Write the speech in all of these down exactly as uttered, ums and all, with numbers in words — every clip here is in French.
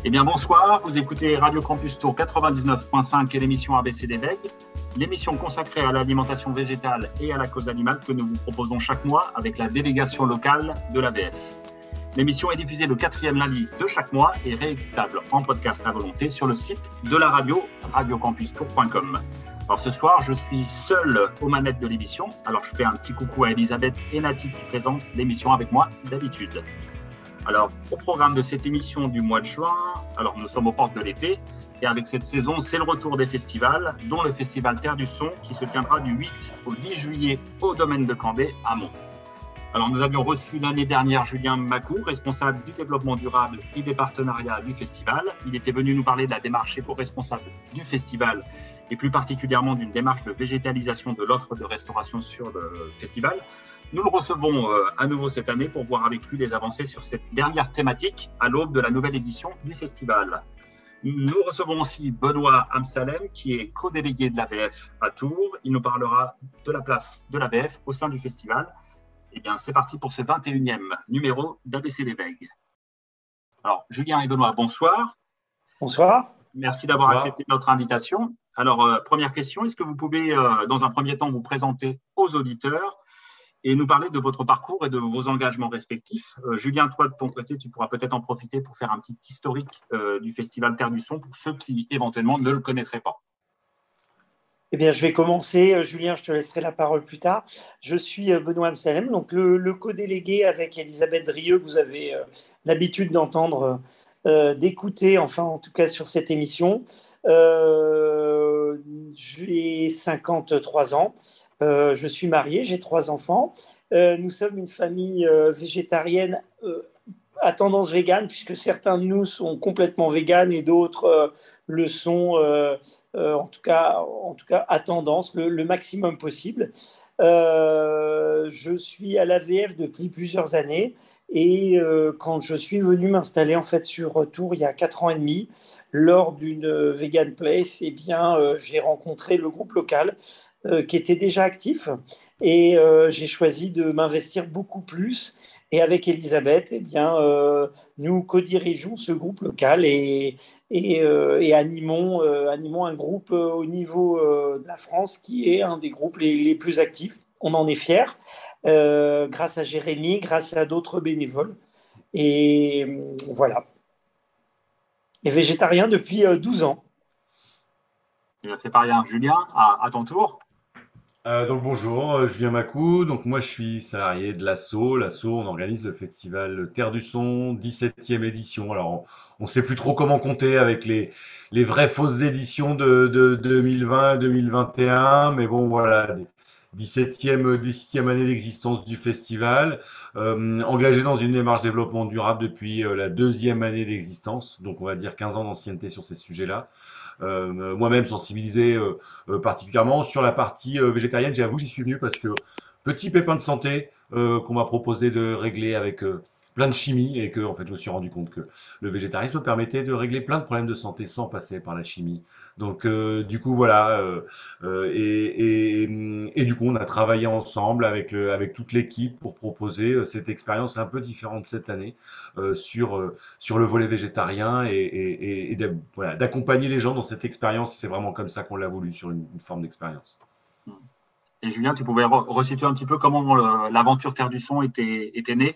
Eh bien, bonsoir, vous écoutez Radio Campus Tour quatre-vingt-dix-neuf point cinq et l'émission A B C des V E G, l'émission consacrée à l'alimentation végétale et à la cause animale que nous vous proposons chaque mois avec la délégation locale de l'A B F. L'émission est diffusée le quatrième lundi de chaque mois et réécoutable en podcast à volonté sur le site de la radio, radio campus tour point com. Alors ce soir, je suis seul aux manettes de l'émission, alors je fais un petit coucou à Elisabeth et Nati qui présentent l'émission avec moi d'habitude. Alors, au programme de cette émission du mois de juin, alors nous sommes aux portes de l'été, et avec cette saison, c'est le retour des festivals, dont le festival Terre du Son, qui se tiendra du huit au dix juillet au domaine de Cambé, à Mont. Alors, nous avions reçu l'année dernière Julien Macou, responsable du développement durable et des partenariats du festival. Il était venu nous parler de la démarche éco-responsable du festival, et plus particulièrement d'une démarche de végétalisation de l'offre de restauration sur le festival. Nous le recevons euh, à nouveau cette année pour voir avec lui les avancées sur cette dernière thématique à l'aube de la nouvelle édition du festival. Nous recevons aussi Benoît Amsalem, qui est co-délégué de l'A B F à Tours. Il nous parlera de la place de l'A B F au sein du festival. Eh bien, c'est parti pour ce vingt et unième numéro d'A B C des V E G. Alors, Julien et Benoît, bonsoir. Bonsoir. Merci d'avoir bonsoir. accepté notre invitation. Alors, euh, première question, est-ce que vous pouvez, euh, dans un premier temps, vous présenter aux auditeurs et nous parler de votre parcours et de vos engagements respectifs. Euh, Julien, toi, de ton côté, tu pourras peut-être en profiter pour faire un petit historique euh, du Festival Terre du Son pour ceux qui, éventuellement, ne le connaîtraient pas. Eh bien, je vais commencer. Julien, je te laisserai la parole plus tard. Je suis Benoît Amsalem, donc le, le co-délégué avec Elisabeth Drieux, que vous avez euh, l'habitude d'entendre, euh, d'écouter, enfin, en tout cas, sur cette émission. Euh, j'ai cinquante-trois ans. Euh, je suis marié, j'ai trois enfants. Euh, nous sommes une famille euh, végétarienne euh, à tendance végane, puisque certains de nous sont complètement véganes et d'autres euh, le sont, euh, euh, en, tout cas, en tout cas à tendance, le, le maximum possible. Euh, je suis à l'A V F depuis plusieurs années et euh, quand je suis venu m'installer en fait sur Tours il y a quatre ans et demi, lors d'une Vegan Place, eh bien, euh, j'ai rencontré le groupe local euh, qui était déjà actif et euh, j'ai choisi de m'investir beaucoup plus. Et avec Elisabeth, eh bien, euh, nous co-dirigeons ce groupe local et, et, euh, et animons, euh, animons un groupe euh, au niveau euh, de la France qui est un des groupes les, les plus actifs. On en est fiers, euh, grâce à Jérémy, grâce à d'autres bénévoles. Et euh, voilà. Et végétarien depuis euh, douze ans. C'est pas rien. Julien, à, à ton tour. Euh, donc bonjour, euh, Julien Macou. Donc moi je suis salarié de l'Asso. L'Asso, on organise le festival Terre du Son, dix-septième édition. Alors on ne sait plus trop comment compter avec les les vraies fausses éditions de, de, de deux mille vingt, deux mille vingt et un, mais bon voilà, dix-septième, dix-septième année d'existence du festival, euh, engagé dans une démarche développement durable depuis euh, la deuxième année d'existence, donc on va dire quinze ans d'ancienneté sur ces sujets-là. Euh, moi-même sensibilisé euh, euh, particulièrement sur la partie euh, végétarienne. J'avoue, j'y suis venu parce que petit pépin de santé euh, qu'on m'a proposé de régler avec euh, plein de chimie et que en fait je me suis rendu compte que le végétarisme permettait de régler plein de problèmes de santé sans passer par la chimie. Donc euh, du coup voilà euh, euh, et, et, et du coup on a travaillé ensemble avec le, avec toute l'équipe pour proposer euh, cette expérience un peu différente cette année euh, sur euh, sur le volet végétarien et, et, et d'a- voilà, d'accompagner les gens dans cette expérience. C'est vraiment comme ça qu'on l'a voulu, sur une, une forme d'expérience. Et Julien, tu pouvais re- resituer un petit peu comment le- l'aventure Terre du Son était, était née?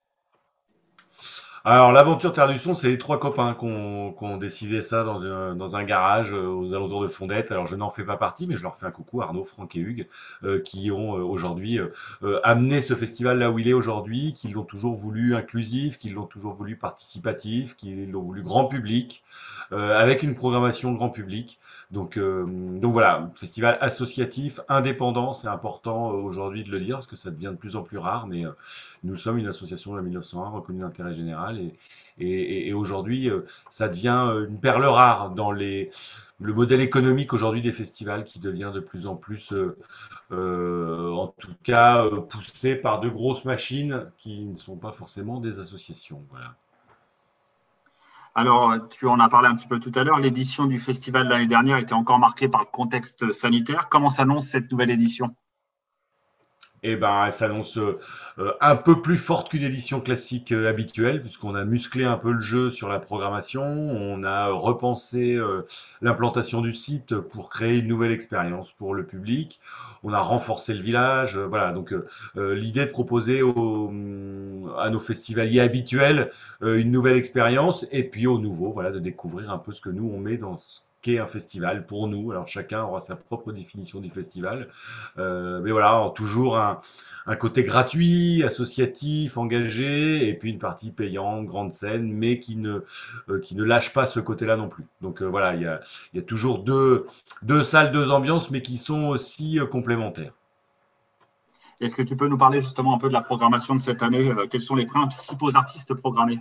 Alors, l'aventure Terre du Son, c'est les trois copains qui ont, qui ont décidé ça dans un, dans un garage euh, aux alentours de Fondette. Alors, je n'en fais pas partie, mais je leur fais un coucou, Arnaud, Franck et Hugues, euh, qui ont euh, aujourd'hui euh, euh, amené ce festival là où il est aujourd'hui, qui l'ont toujours voulu inclusif, qui l'ont toujours voulu participatif, qui l'ont voulu grand public, euh, avec une programmation grand public. Donc, euh, donc voilà, festival associatif, indépendant, c'est important euh, aujourd'hui de le dire, parce que ça devient de plus en plus rare, mais euh, nous sommes une association de mille neuf cent un reconnue d'intérêt général et, et, et aujourd'hui, euh, ça devient euh, une perle rare dans les, le modèle économique aujourd'hui des festivals qui devient de plus en plus, euh, euh, en tout cas, euh, poussé par de grosses machines qui ne sont pas forcément des associations. Voilà. Alors, tu en as parlé un petit peu tout à l'heure, l'édition du festival de l'année dernière était encore marquée par le contexte sanitaire. Comment s'annonce cette nouvelle édition? Eh ben, elle s'annonce euh, euh, un peu plus forte qu'une édition classique euh, habituelle, puisqu'on a musclé un peu le jeu sur la programmation, on a repensé euh, l'implantation du site pour créer une nouvelle expérience pour le public, on a renforcé le village, euh, voilà. Donc, euh, euh, l'idée de proposer aux, à nos festivaliers habituels euh, une nouvelle expérience, et puis aux nouveaux, voilà, de découvrir un peu ce que nous on met dans ce qu'est un festival pour nous. Alors, chacun aura sa propre définition du festival. Euh, mais voilà, toujours un, un côté gratuit, associatif, engagé, et puis une partie payante, grande scène, mais qui ne, euh, qui ne lâche pas ce côté-là non plus. Donc euh, voilà, il y a, il y a toujours deux, deux salles, deux ambiances, mais qui sont aussi euh, complémentaires. Est-ce que tu peux nous parler justement un peu de la programmation de cette année? Euh, Quels sont les principaux artistes programmés?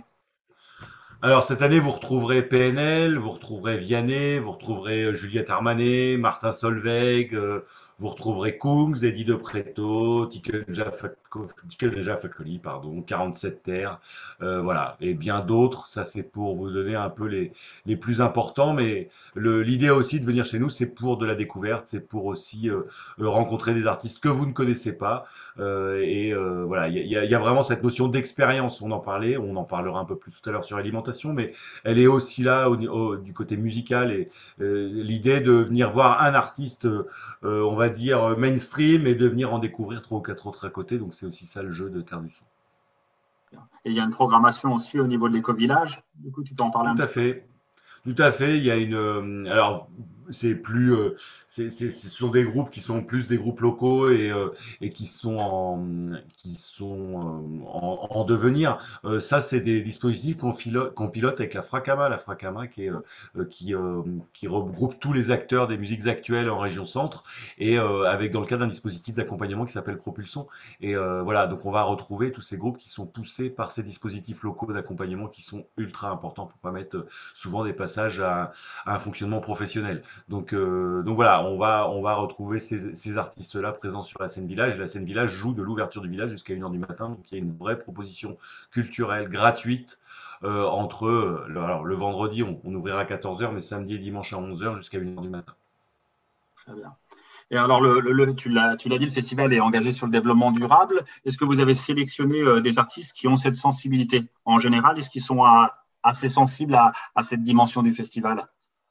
Alors cette année, vous retrouverez P N L, vous retrouverez Vianney, vous retrouverez euh, Juliette Armanet, Martin Solveig, euh, vous retrouverez Kungs, Eddie De Preto, Tikenja Fakko- Tikenja Fakoli, pardon, quarante-sept Terres, euh, voilà, et bien d'autres. Ça c'est pour vous donner un peu les, les plus importants, mais le- l'idée aussi de venir chez nous, c'est pour de la découverte, c'est pour aussi euh, euh, rencontrer des artistes que vous ne connaissez pas. Euh, et euh, voilà, il y a, il y a- il y a vraiment cette notion d'expérience. On en parlait, on en parlera un peu plus tout à l'heure sur l'alimentation, mais elle est aussi là au, au- du côté musical et euh, l'idée de venir voir un artiste, euh, on va dire mainstream, et de venir en découvrir trois ou quatre autres à côté. Donc c'est aussi ça le jeu de Terre du Son. Et il y a une programmation aussi au niveau de l'éco-village. Du coup, tu peux en parler Tout un à petit peu? fait. Tout à fait, il y a une. euh, alors, c'est plus. euh, c'est, c'est- ce sont des groupes qui sont plus des groupes locaux et, euh, et qui sont en, qui sont euh, en, en devenir. Euh, ça, c'est des dispositifs qu'on filo- qu'on pilote avec la Fracama. La Fracama qui, est, euh, euh, qui, euh, qui regroupe tous les acteurs des musiques actuelles en région centre et euh, avec dans le cadre d'un dispositif d'accompagnement qui s'appelle Propulsion. Et euh, voilà, donc on va retrouver tous ces groupes qui sont poussés par ces dispositifs locaux d'accompagnement qui sont ultra importants pour pas mettre souvent des passages à, à un fonctionnement professionnel. Donc, euh, donc voilà, on va, on va retrouver ces, ces artistes-là présents sur la scène village. Et la scène village joue de l'ouverture du village jusqu'à une heure du matin. Donc il y a une vraie proposition culturelle gratuite. Euh, entre euh, le, alors, le vendredi, on, on ouvrira à quatorze heures, mais samedi et dimanche à onze heures jusqu'à une heure du matin. Très bien. Et alors, le, le- le- tu l'as, tu l'as dit, le festival est engagé sur le développement durable. Est-ce que vous avez sélectionné euh, des artistes qui ont cette sensibilité? En général, est-ce qu'ils sont à- assez sensibles à, à cette dimension du festival?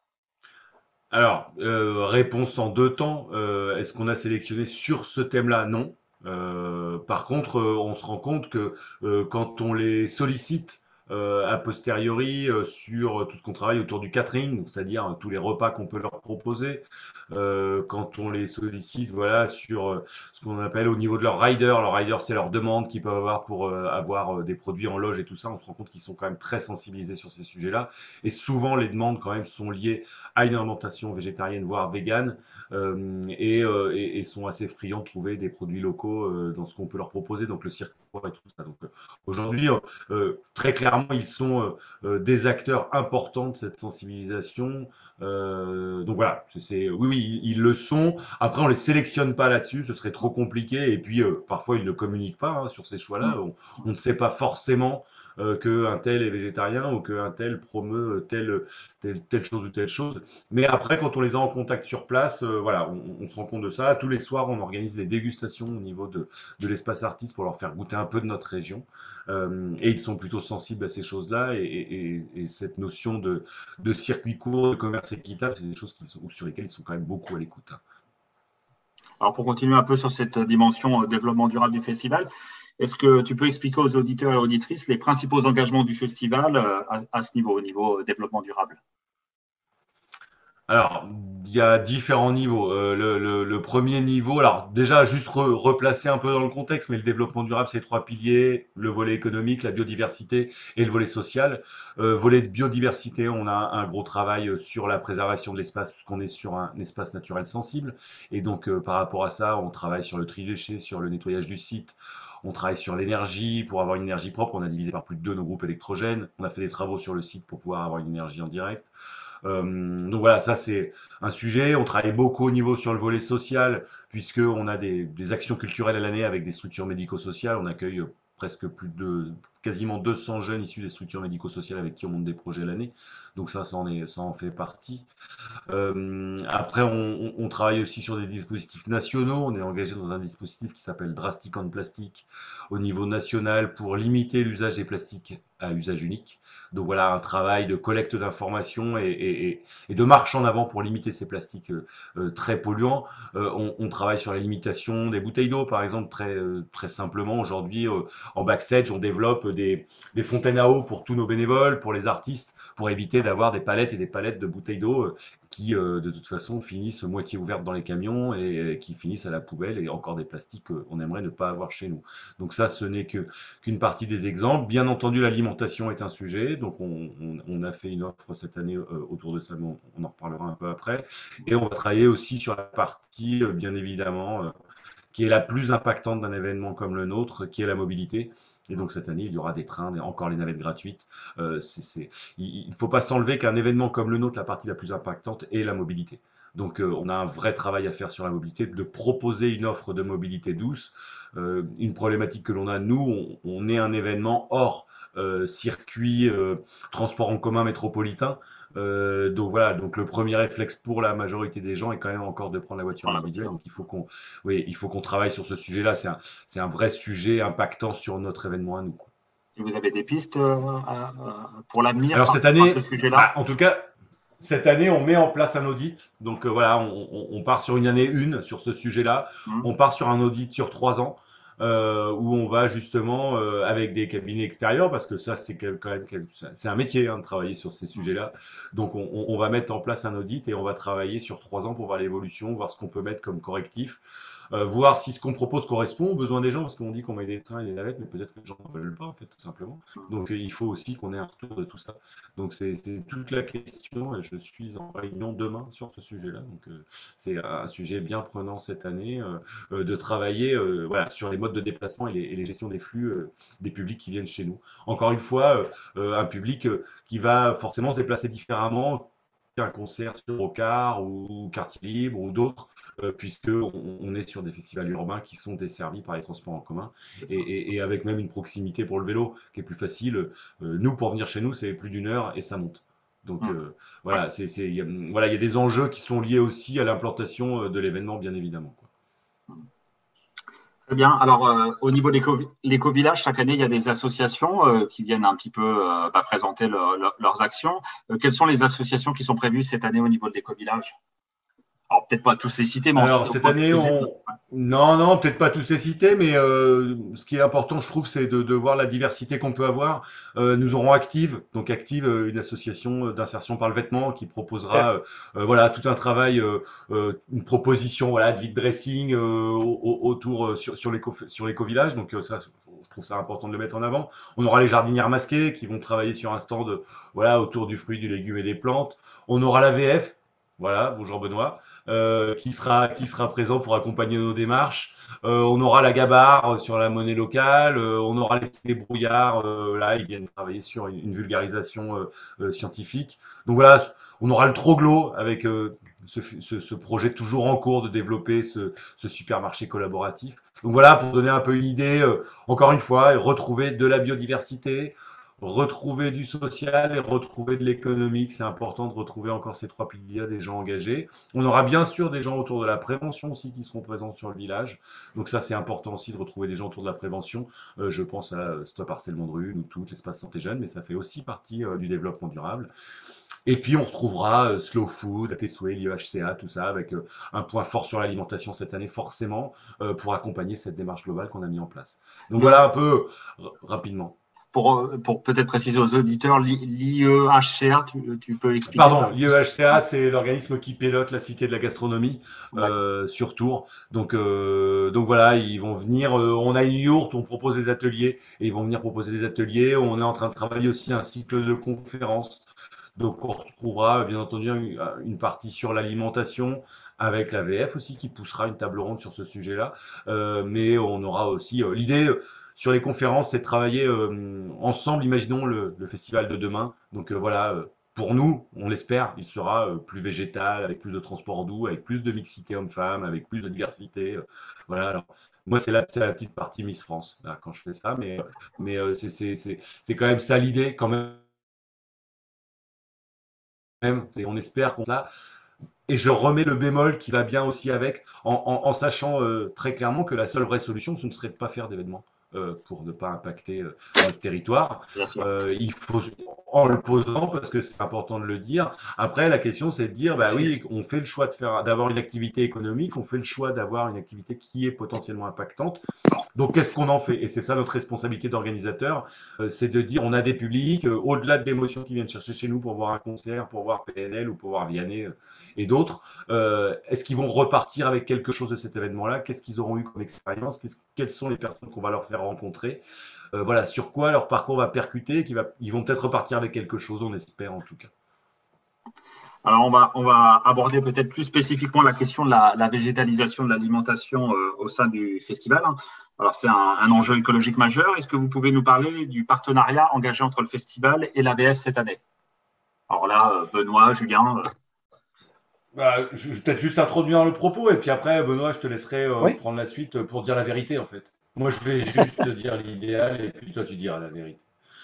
Alors, euh, réponse en deux temps. Euh, est-ce qu'on a sélectionné sur ce thème-là? Non. Euh, par contre, euh, on se rend compte que euh, quand on les sollicite euh, a posteriori euh, sur tout ce qu'on travaille autour du catering, donc c'est-à-dire euh, tous les repas qu'on peut leur proposer, euh, quand on les sollicite, voilà, sur euh, ce qu'on appelle au niveau de leur rider. Leur rider, c'est leur demande qu'ils peuvent avoir pour euh, avoir euh, des produits en loge et tout ça. On se rend compte qu'ils sont quand même très sensibilisés sur ces sujets-là. Et souvent, les demandes quand même sont liées à une alimentation végétarienne, voire végane, euh, et, euh, et, et sont assez friands de trouver des produits locaux euh, dans ce qu'on peut leur proposer, donc le circuit et tout ça. Donc euh, aujourd'hui, euh, euh, très clairement, ils sont euh, euh, des acteurs importants de cette sensibilisation. Euh, donc voilà, c'est oui, oui, ils, ils le sont. Après, on les sélectionne pas là-dessus, ce serait trop compliqué. Et puis euh, parfois, ils ne communiquent pas hein, sur ces choix-là. On, on ne sait pas forcément euh, qu'un tel est végétarien ou qu'un tel promeut tel telle, telle chose ou telle chose. Mais après, quand on les a en contact sur place, euh, voilà, on, on se rend compte de ça. Tous les soirs, on organise des dégustations au niveau de, de l'espace artiste pour leur faire goûter un peu de notre région. Euh, et ils sont plutôt sensibles à ces choses-là. Et, et- et cette notion de, de circuit court, de commerce équitable, c'est des choses qui sont, sur lesquelles ils sont quand même beaucoup à l'écoute. Alors, pour continuer un peu sur cette dimension euh, développement durable du festival, est-ce que tu peux expliquer aux auditeurs et auditrices les principaux engagements du festival euh, à, à ce niveau, au niveau euh, développement durable? Alors, il y a différents niveaux. Euh, le, le- le premier niveau, alors déjà, juste re- replacer un peu dans le contexte, mais le développement durable, c'est trois piliers, le volet économique, la biodiversité et le volet social. Euh, volet de biodiversité, on a un gros travail sur la préservation de l'espace, puisqu'on est sur un, espace naturel sensible. Et donc, euh, par rapport à ça, on travaille sur le tri des déchets, sur le nettoyage du site. On travaille sur l'énergie pour avoir une énergie propre. On a divisé par plus de deux nos groupes électrogènes. On a fait des travaux sur le site pour pouvoir avoir une énergie en direct. Euh, donc voilà, ça c'est un sujet. On travaille beaucoup au niveau sur le volet social, puisqu'on a des, des actions culturelles à l'année avec des structures médico-sociales. On accueille presque plus de quasiment deux cents jeunes issus des structures médico-sociales avec qui on monte des projets l'année. Donc ça, ça en est, ça en fait partie. Euh, après, on, on- on travaille aussi sur des dispositifs nationaux. On est engagé dans un dispositif qui s'appelle Drastic on Plastic au niveau national pour limiter l'usage des plastiques à usage unique. Donc voilà, un travail de collecte d'informations et, et- et- et de marche en avant pour limiter ces plastiques euh, euh, très polluants. Euh, on, on travaille sur la limitation des bouteilles d'eau, par exemple, très, euh, très simplement. Aujourd'hui, euh, en backstage, on développe des, des fontaines à eau pour tous nos bénévoles, pour les artistes, pour éviter d'avoir des palettes et des palettes de bouteilles d'eau euh, qui, euh, de toute façon, finissent moitié ouvertes dans les camions et euh, qui finissent à la poubelle et encore des plastiques qu'on aimerait ne pas avoir chez nous. Donc ça, ce n'est que qu'une partie des exemples. Bien entendu, l'alimentation est un sujet. Donc on, on- on a fait une offre cette année euh, autour de ça, mais on, on en reparlera un peu après. Et on va travailler aussi sur la partie, euh, bien évidemment, euh, qui est la plus impactante d'un événement comme le nôtre, qui est la mobilité. Et donc cette année, il y aura des trains, et encore les navettes gratuites. Euh, c'est, c'est- Il ne faut pas s'enlever qu'un événement comme le nôtre, la partie la plus impactante est la mobilité. Donc euh, on a un vrai travail à faire sur la mobilité, de proposer une offre de mobilité douce. Euh, une problématique que l'on a, nous, on, on est un événement hors euh, circuit euh, transport en commun métropolitain. Euh, donc voilà, donc le premier réflexe pour la majorité des gens est quand même encore de prendre la voiture Dans la individuelle. voiture. Donc il faut qu'on, oui, il faut qu'on travaille sur ce sujet-là. C'est un, c'est un vrai sujet impactant sur notre événement à nous. Et vous avez des pistes euh, à- à- pour l'avenir Alors par cette rapport à ce année, bah, sujet-là? en tout cas, cette année, on met en place un audit. Donc euh, voilà, on, on- on part sur une année une sur ce sujet-là. Hmm. On part sur un audit sur trois ans euh, où on va justement euh, avec des cabinets extérieurs parce que ça, c'est quel- quand même quel- c'est un métier hein, de travailler sur ces sujets-là. Donc on, on- on va mettre en place un audit et on va travailler sur trois ans pour voir l'évolution, voir ce qu'on peut mettre comme correctif. Euh, voir si ce qu'on propose correspond aux besoins des gens, parce qu'on dit qu'on met des trains et des navettes, mais peut-être que les gens ne veulent pas, en fait, tout simplement. Donc, euh, il faut aussi qu'on ait un retour de tout ça. Donc, c'est c'est toute la question, et je suis en réunion demain sur ce sujet-là. Donc, euh, c'est un sujet bien prenant cette année, euh, euh, de travailler euh, voilà, sur les modes de déplacement et les, et les gestions des flux euh, des publics qui viennent chez nous. Encore une fois, euh, euh, un public euh, qui va forcément se déplacer différemment qu'un concert sur Rocard ou Quartier Libre ou d'autres euh, puisque on, on est sur des festivals urbains qui sont desservis par les transports en commun C'est et, ça. et- et avec même une proximité pour le vélo qui est plus facile. Euh, nous, pour venir chez nous, c'est plus d'une heure et ça monte. Donc Hmm. euh, Ouais. voilà, c'est, c'est- il y a, voilà, il y a des enjeux qui sont liés aussi à l'implantation euh, de l'événement, bien évidemment, quoi. Très bien. Alors, euh, au niveau de l'éco- l'éco-village, chaque année, il y a des associations euh, qui viennent un petit peu euh, bah, présenter leur- leur- leurs actions. Euh, quelles sont les associations qui sont prévues cette année au niveau de l'éco-village? Alors, peut-être pas tous les citer, mais Alors en- au cette moins année, quelques-unes. on... non, non, peut-être pas tous les cités, mais euh, ce qui est important, je trouve, c'est de, de voir la diversité qu'on peut avoir. Euh, nous aurons Active, donc Active, euh, une association d'insertion par le vêtement qui proposera, Super. euh, euh, voilà, tout un travail, euh, euh, une proposition, voilà, de vide dressing euh, au- au- autour euh, sur, sur l'éco sur l'éco-village. Donc euh, ça, je trouve ça important de le mettre en avant. On aura les jardinières masquées qui vont travailler sur un stand, euh, voilà, autour du fruit, du légume et des plantes. On aura la V F. Voilà, bonjour Benoît euh, qui sera qui sera présent pour accompagner nos démarches. Euh, on aura la gabarre euh, sur la monnaie locale. Euh, on aura les petits débrouillards. Euh, là, ils viennent travailler sur une, une vulgarisation euh, euh, scientifique. Donc voilà, on aura le Troglo avec euh, ce, ce, ce, projet toujours en cours de développer ce, ce supermarché collaboratif. Donc voilà, pour donner un peu une idée, euh, encore une fois, retrouver de la biodiversité, retrouver du social et retrouver de l'économique. C'est important de retrouver encore ces trois piliers, des gens engagés. On aura bien sûr des gens autour de la prévention aussi qui seront présents sur le village. Donc ça, c'est important aussi de retrouver des gens autour de la prévention. Euh, je pense à Stop Harcèlement de rue, nous toutes, l'espace santé jeune, mais ça fait aussi partie euh, du développement durable. Et puis on retrouvera euh, Slow Food, A T S O E, l'I E H C A, tout ça, avec euh, un point fort sur l'alimentation cette année, forcément, euh, pour accompagner cette démarche globale qu'on a mis en place. Donc Le- voilà un peu rapidement. pour, euh, pour peut-être préciser aux auditeurs, l'I E H C A, tu, tu peux expliquer Pardon, parce que c'est- l'I E H C A, ouais, c'est l'organisme qui pilote la Cité de la gastronomie d'accord. euh, sur Tours. Donc, euh, donc voilà, ils vont venir. Euh, on a une yourte, on propose des ateliers et ils vont venir proposer des ateliers. On est en train de travailler aussi un cycle de conférences. Donc on retrouvera bien entendu une, une partie sur l'alimentation avec la V F aussi qui poussera une table ronde sur ce sujet-là. Euh, mais on aura aussi euh, l'idée euh, sur les conférences, c'est de travailler euh, ensemble. Imaginons le, le festival de demain. Donc euh, voilà. Euh, pour nous, on l'espère, il sera euh, plus végétal, avec plus de transport doux, avec plus de mixité homme-femme, avec plus de diversité. euh, voilà. Alors, moi, c'est la, c'est la petite partie Miss France là, quand je fais ça, mais, euh, mais euh, c'est c'est- c'est- c'est quand même ça l'idée, quand même. Et on espère qu'on ça. Et je remets le bémol qui va bien aussi avec, en, en- en sachant euh, très clairement que la seule vraie solution, ce ne serait de pas faire d'événements euh, pour ne pas impacter euh, notre territoire. Bien sûr. Euh, il faut, en le posant, parce que c'est important de le dire. Après, la question, c'est de dire, bah oui, on fait le choix de faire, d'avoir une activité économique, on fait le choix d'avoir une activité qui est potentiellement impactante. Donc, qu'est-ce qu'on en fait? Et c'est ça notre responsabilité d'organisateur, euh, c'est de dire, on a des publics, euh, au-delà de l'émotion qui viennent chercher chez nous pour voir un concert, pour voir P N L ou pour voir Vianney euh, et d'autres, euh, est-ce qu'ils vont repartir avec quelque chose de cet événement-là? Qu'est-ce qu'ils auront eu comme expérience? Qu'est-ce- Quelles sont les personnes qu'on va leur faire rencontrer? Euh, voilà, sur quoi leur parcours va percuter, qui va, ils vont peut-être repartir avec quelque chose, on espère en tout cas. Alors, on va, on va aborder peut-être plus spécifiquement la question de la, la végétalisation de l'alimentation euh, au sein du festival. Alors, c'est un, un enjeu écologique majeur. Est-ce que vous pouvez nous parler du partenariat engagé entre le festival et l'A V F cette année? Alors là, euh, Benoît, Julien. euh, Bah, je vais peut-être juste introduire le propos et puis après, Benoît, je te laisserai euh, Oui. prendre la suite pour dire la vérité en fait. Moi, je vais juste te dire l'idéal et puis toi, tu diras la vérité.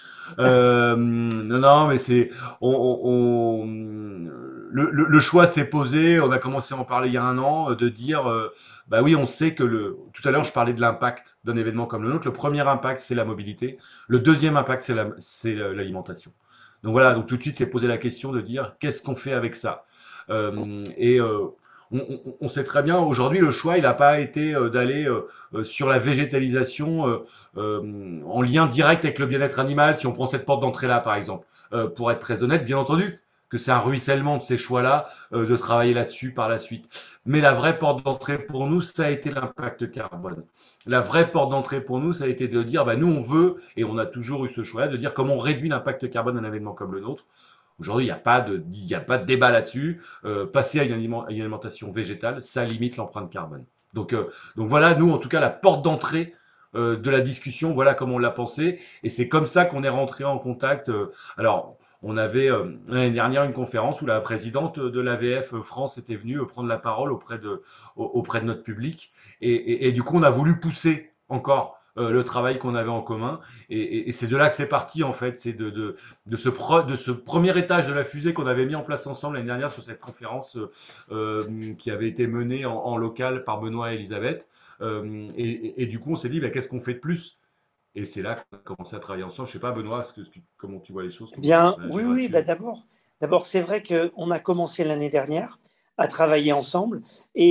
Euh, non, non, mais c'est on, on- on- le, le- le choix s'est posé. On a commencé à en parler il y a un an, euh, de dire, euh, bah oui, on sait que le. Tout à l'heure, je parlais de l'impact d'un événement comme le nôtre. Le premier impact, c'est la mobilité. Le deuxième impact, c'est la, c'est la- l'alimentation. Donc voilà, donc tout de suite, c'est poser la question de dire, qu'est-ce qu'on fait avec ça? Euh, et euh, on, on- on sait très bien aujourd'hui, le choix, il n'a pas été euh, d'aller euh, euh, sur la végétalisation. euh, euh, en lien direct avec le bien-être animal, si on prend cette porte d'entrée-là, par exemple. Euh, pour être très honnête, bien entendu, que c'est un ruissellement de ces choix-là, euh, de travailler là-dessus par la suite. Mais la vraie porte d'entrée pour nous, ça a été l'impact carbone. La vraie porte d'entrée pour nous, ça a été de dire, bah, nous, on veut, et on a toujours eu ce choix-là, de dire comment on réduit l'impact carbone d'un événement comme le nôtre. Aujourd'hui, il n'y a, pas de, il y a pas de débat là-dessus. Euh, passer à une, aliment, à une alimentation végétale, ça limite l'empreinte carbone. Donc, euh, donc voilà, nous, en tout cas, la porte d'entrée euh, de la discussion, voilà comment on l'a pensé. Et c'est comme ça qu'on est rentré en contact. Euh, alors, on avait euh, l'année dernière une conférence où la présidente de l'A V F France était venue euh, prendre la parole auprès de, auprès de notre public. Et, et, et du coup, on a voulu pousser encore euh, le travail qu'on avait en commun. Et, et, et c'est de là que c'est parti, en fait. C'est de, de, de, ce pro, de ce premier étage de la fusée qu'on avait mis en place ensemble l'année dernière sur cette conférence euh, qui avait été menée en, en local par Benoît et Elisabeth. Euh, et, et, et, du coup, on s'est dit, bah, qu'est-ce qu'on fait de plus? Et c'est là qu'on a commencé à travailler ensemble. Je sais pas, Benoît, ce que, ce que, comment tu vois les choses, Eh comment tu bien, veux oui, réagir oui, bah là-dessus? d'abord, d'abord, c'est vrai qu'on a commencé l'année dernière à travailler ensemble.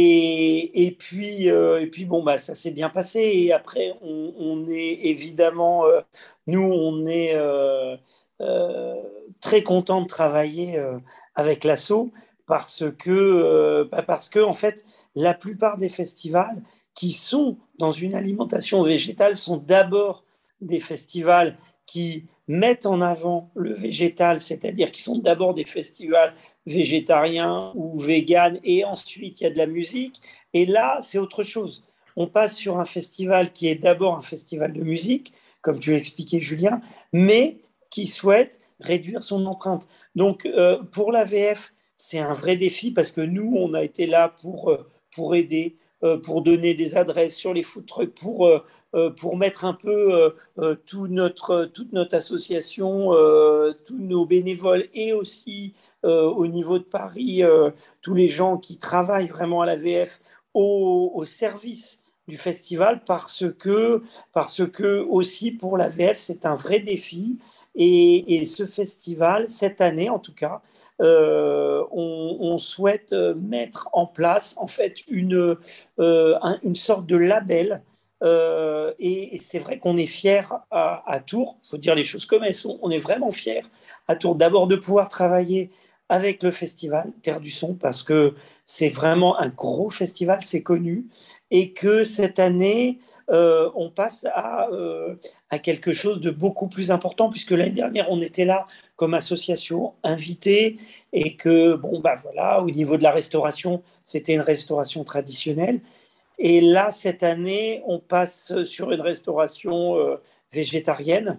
Et, et puis, euh, et puis, bon, bah, ça s'est bien passé. Et après, on, on est évidemment, euh, nous, on est euh, euh, très content de travailler euh, avec l'Asso parce que, euh, bah, parce que, en fait, la plupart des festivals qui sont dans une alimentation végétale sont d'abord des festivals qui mettent en avant le végétal, c'est-à-dire qui sont d'abord des festivals végétariens ou véganes, et ensuite il y a de la musique. Et là, c'est autre chose. On passe sur un festival qui est d'abord un festival de musique, comme tu expliquais, Julien, mais qui souhaite réduire son empreinte. Donc, euh, pour l'A V F, c'est un vrai défi parce que nous, on a été là pour, euh, pour aider, euh, pour donner des adresses sur les food trucks, pour, euh, euh, pour mettre un peu euh, euh, tout notre, toute notre association, euh, tous nos bénévoles et aussi euh, au niveau de Paris, euh, tous les gens qui travaillent vraiment à la V F au, au service du festival parce que, parce que aussi pour la V F, c'est un vrai défi. Et, et ce festival, cette année en tout cas, euh, on, on, souhaite mettre en place en fait une, euh, un, une sorte de label. Euh, et, et c'est vrai qu'on est fiers à, à Tours, il faut dire les choses comme elles sont, on est vraiment fiers à Tours d'abord de pouvoir travailler avec le festival Terre du Son parce que c'est vraiment un gros festival, c'est connu, et que cette année, euh, on passe à, euh, à quelque chose de beaucoup plus important puisque l'année dernière, on était là comme association invitée et que, bon, bah voilà, au niveau de la restauration, c'était une restauration traditionnelle. Et là, cette année, on passe sur une restauration euh, végétarienne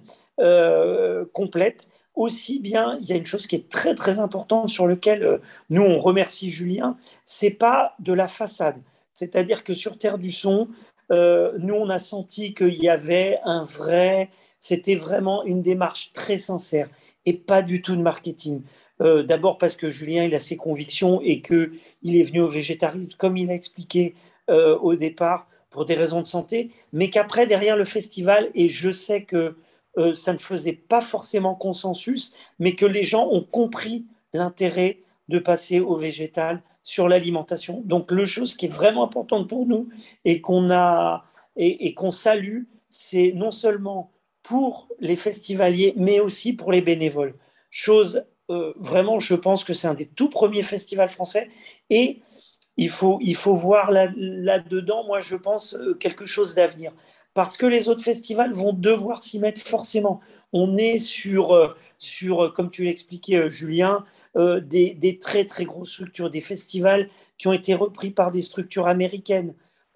euh, complète. Aussi bien, il y a une chose qui est très très importante sur laquelle euh, nous on remercie Julien, c'est pas de la façade. C'est-à-dire que sur Terre du Son, euh, nous on a senti qu'il y avait un vrai, c'était vraiment une démarche très sincère et pas du tout de marketing. Euh, D'abord parce que Julien il a ses convictions et que il est venu au végétarisme comme il a expliqué euh, au départ pour des raisons de santé, mais qu'après, derrière le festival, et je sais que euh, ça ne faisait pas forcément consensus, mais que les gens ont compris l'intérêt de passer au végétal sur l'alimentation. Donc, le chose qui est vraiment importante pour nous et qu'on a et, et qu'on salue, c'est non seulement pour les festivaliers, mais aussi pour les bénévoles. Chose euh, vraiment, je pense que c'est un des tout premiers festivals français et il faut, il faut voir là, là-dedans, moi je pense, euh, quelque chose d'avenir. Parce que les autres festivals vont devoir s'y mettre forcément. On est sur, euh, sur euh, comme tu l'expliquais, euh, Julien, euh, des, des très très grosses structures, des festivals qui ont été repris par des structures américaines,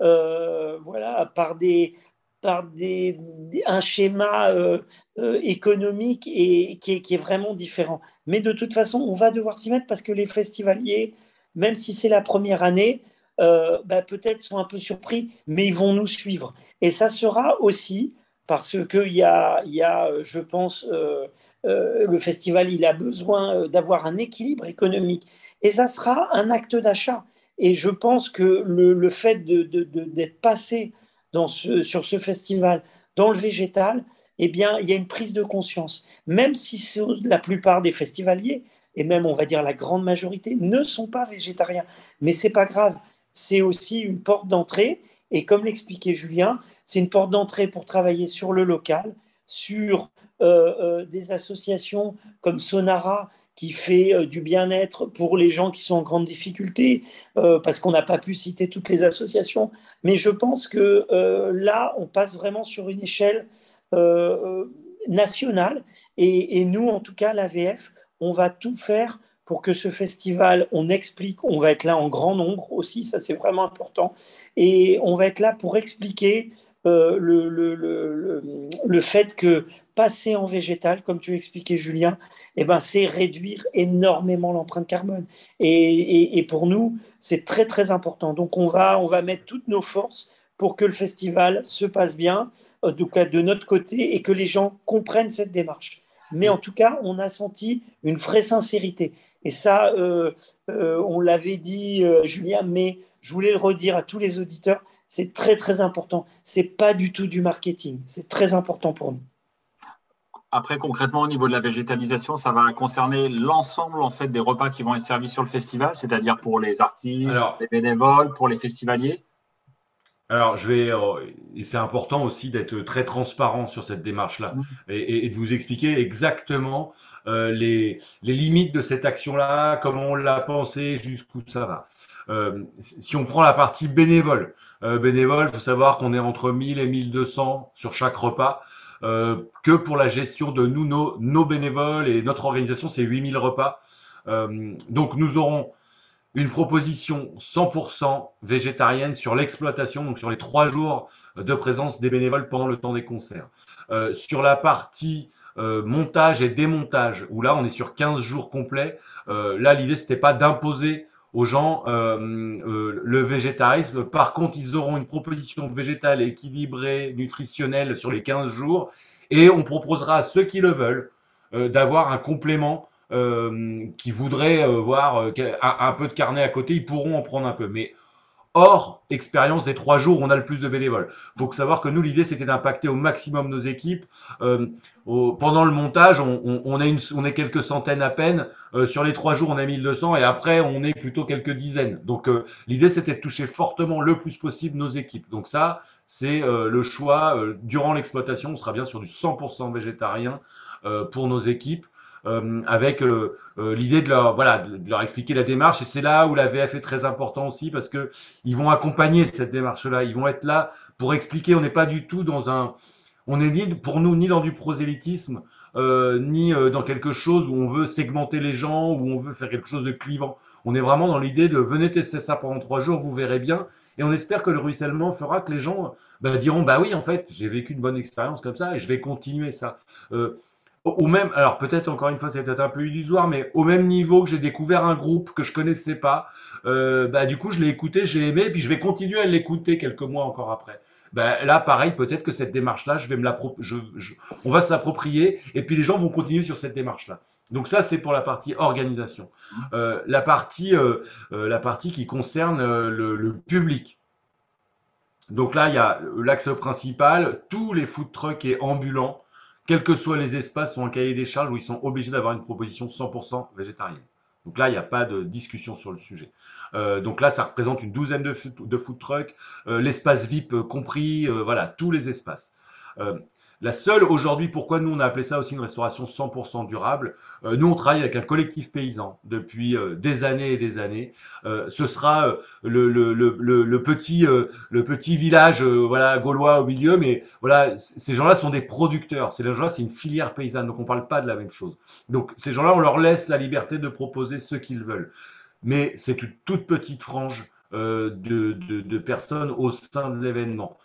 euh, voilà, par des, par des, des- un schéma euh, euh, économique et, qui est, qui est vraiment différent. Mais de toute façon, on va devoir s'y mettre parce que les festivaliers, même si c'est la première année, euh, bah, peut-être sont un peu surpris, mais ils vont nous suivre. Et ça sera aussi parce qu'il y a, il y a, je pense, euh, euh, le festival, il a besoin euh, d'avoir un équilibre économique. Et ça sera un acte d'achat. Et je pense que le, le fait de, de, de, d'être passé dans ce, sur ce festival dans le végétal, eh bien, il y a une prise de conscience. Même si la plupart des festivaliers et même on va dire la grande majorité, ne sont pas végétariens. Mais c'est pas grave, c'est aussi une porte d'entrée. Et comme l'expliquait Julien, c'est une porte d'entrée pour travailler sur le local, sur euh, euh, des associations comme Sonara qui fait euh, du bien-être pour les gens qui sont en grande difficulté, euh, parce qu'on n'a pas pu citer toutes les associations. Mais je pense que euh, là, on passe vraiment sur une échelle euh, euh, nationale. Et, et nous, en tout cas, l'A V F, on va tout faire pour que ce festival, on explique, on va être là en grand nombre aussi, ça c'est vraiment important, et on va être là pour expliquer euh, le, le, le, le, fait que passer en végétal, comme tu expliquais Julien, eh ben, c'est réduire énormément l'empreinte carbone. Et, et, et, pour nous, c'est très très important. Donc on va, on va mettre toutes nos forces pour que le festival se passe bien, en tout cas de notre côté, et que les gens comprennent cette démarche. Mais en tout cas, on a senti une vraie sincérité. Et ça, euh, euh, on l'avait dit, euh, Julien, mais je voulais le redire à tous les auditeurs, c'est très très important. C'est pas du tout du marketing. C'est très important pour nous. Après, concrètement, au niveau de la végétalisation, ça va concerner l'ensemble en fait des repas qui vont être servis sur le festival, c'est-à-dire pour les artistes, Alors, les bénévoles, pour les festivaliers. Alors, je vais, euh, et c'est important aussi d'être très transparent sur cette démarche-là et, et- et de vous expliquer exactement euh, les, les limites de cette action-là, comment on l'a pensé, jusqu'où ça va. Euh, si on prend la partie bénévole, euh, bénévole, faut savoir qu'on est entre mille et mille deux cents sur chaque repas. Euh, que pour la gestion de nous, nos, nos bénévoles et notre organisation, c'est huit mille repas. Euh, donc, nous aurons une proposition cent pour cent végétarienne sur l'exploitation, donc sur les trois jours de présence des bénévoles pendant le temps des concerts. Euh, sur la partie euh, montage et démontage, où là on est sur quinze jours complets, euh, là l'idée c'était pas d'imposer aux gens euh, euh, le végétarisme. Par contre, ils auront une proposition végétale équilibrée, nutritionnelle sur les quinze jours, et on proposera à ceux qui le veulent euh, d'avoir un complément euh, qui voudraient euh, voir euh, un, un peu de carnet à côté, ils pourront en prendre un peu. Mais hors expérience des trois jours où on a le plus de bénévoles. Il faut savoir que nous, l'idée, c'était d'impacter au maximum nos équipes. Euh, au, pendant le montage, on, on, on, est une, on est quelques centaines à peine. Euh, sur les trois jours, on est mille deux cents et après, on est plutôt quelques dizaines. Donc, euh, l'idée, c'était de toucher fortement le plus possible nos équipes. Donc ça, c'est euh, le choix. Euh, durant l'exploitation, on sera bien sur du cent pour cent végétarien euh, pour nos équipes. Euh, avec euh, euh, l'idée de leur voilà de leur expliquer la démarche et c'est là où la V F est très important aussi parce que ils vont accompagner cette démarche-là, ils vont être là pour expliquer. On n'est pas du tout dans un, on est ni pour nous ni dans du prosélytisme euh, ni euh, dans quelque chose où on veut segmenter les gens, où on veut faire quelque chose de clivant. On est vraiment dans l'idée de venez tester ça pendant trois jours, vous verrez bien. Et on espère que le ruissellement fera que les gens bah, diront bah oui, en fait, j'ai vécu une bonne expérience comme ça et je vais continuer ça. Euh, au même, alors peut-être encore une fois, c'est peut-être un peu illusoire, mais au même niveau que j'ai découvert un groupe que je connaissais pas, euh, bah du coup je l'ai écouté, j'ai aimé, puis je vais continuer à l'écouter quelques mois encore après. Bah, là, pareil, peut-être que cette démarche-là, je vais me l'appro- je, je- on va se l'approprier, et puis les gens vont continuer sur cette démarche-là. Donc ça, c'est pour la partie organisation. Euh, la partie, euh, euh, la partie qui concerne euh, le, le public. Donc là, il y a l'axe principal, tous les food trucks et ambulants, quels que soient les espaces, sont un cahier des charges où ils sont obligés d'avoir une proposition cent pour cent végétarienne. Donc là, il n'y a pas de discussion sur le sujet. Euh, donc là, ça représente une douzaine de, de food trucks, euh, l'espace V I P compris, euh, voilà, tous les espaces. Euh, la seule aujourd'hui, pourquoi nous on a appelé ça aussi une restauration cent pour cent durable, euh, nous on travaille avec un collectif paysan depuis euh, des années et des années. Euh, ce sera euh, le, le, le, le, le petit euh, le petit village euh, voilà gaulois au milieu, mais voilà, ces gens-là sont des producteurs. Ces gens-là, c'est une filière paysanne, donc on parle pas de la même chose. Donc ces gens-là, on leur laisse la liberté de proposer ce qu'ils veulent, mais c'est une toute petite frange euh, de, de, de personnes au sein de l'événement.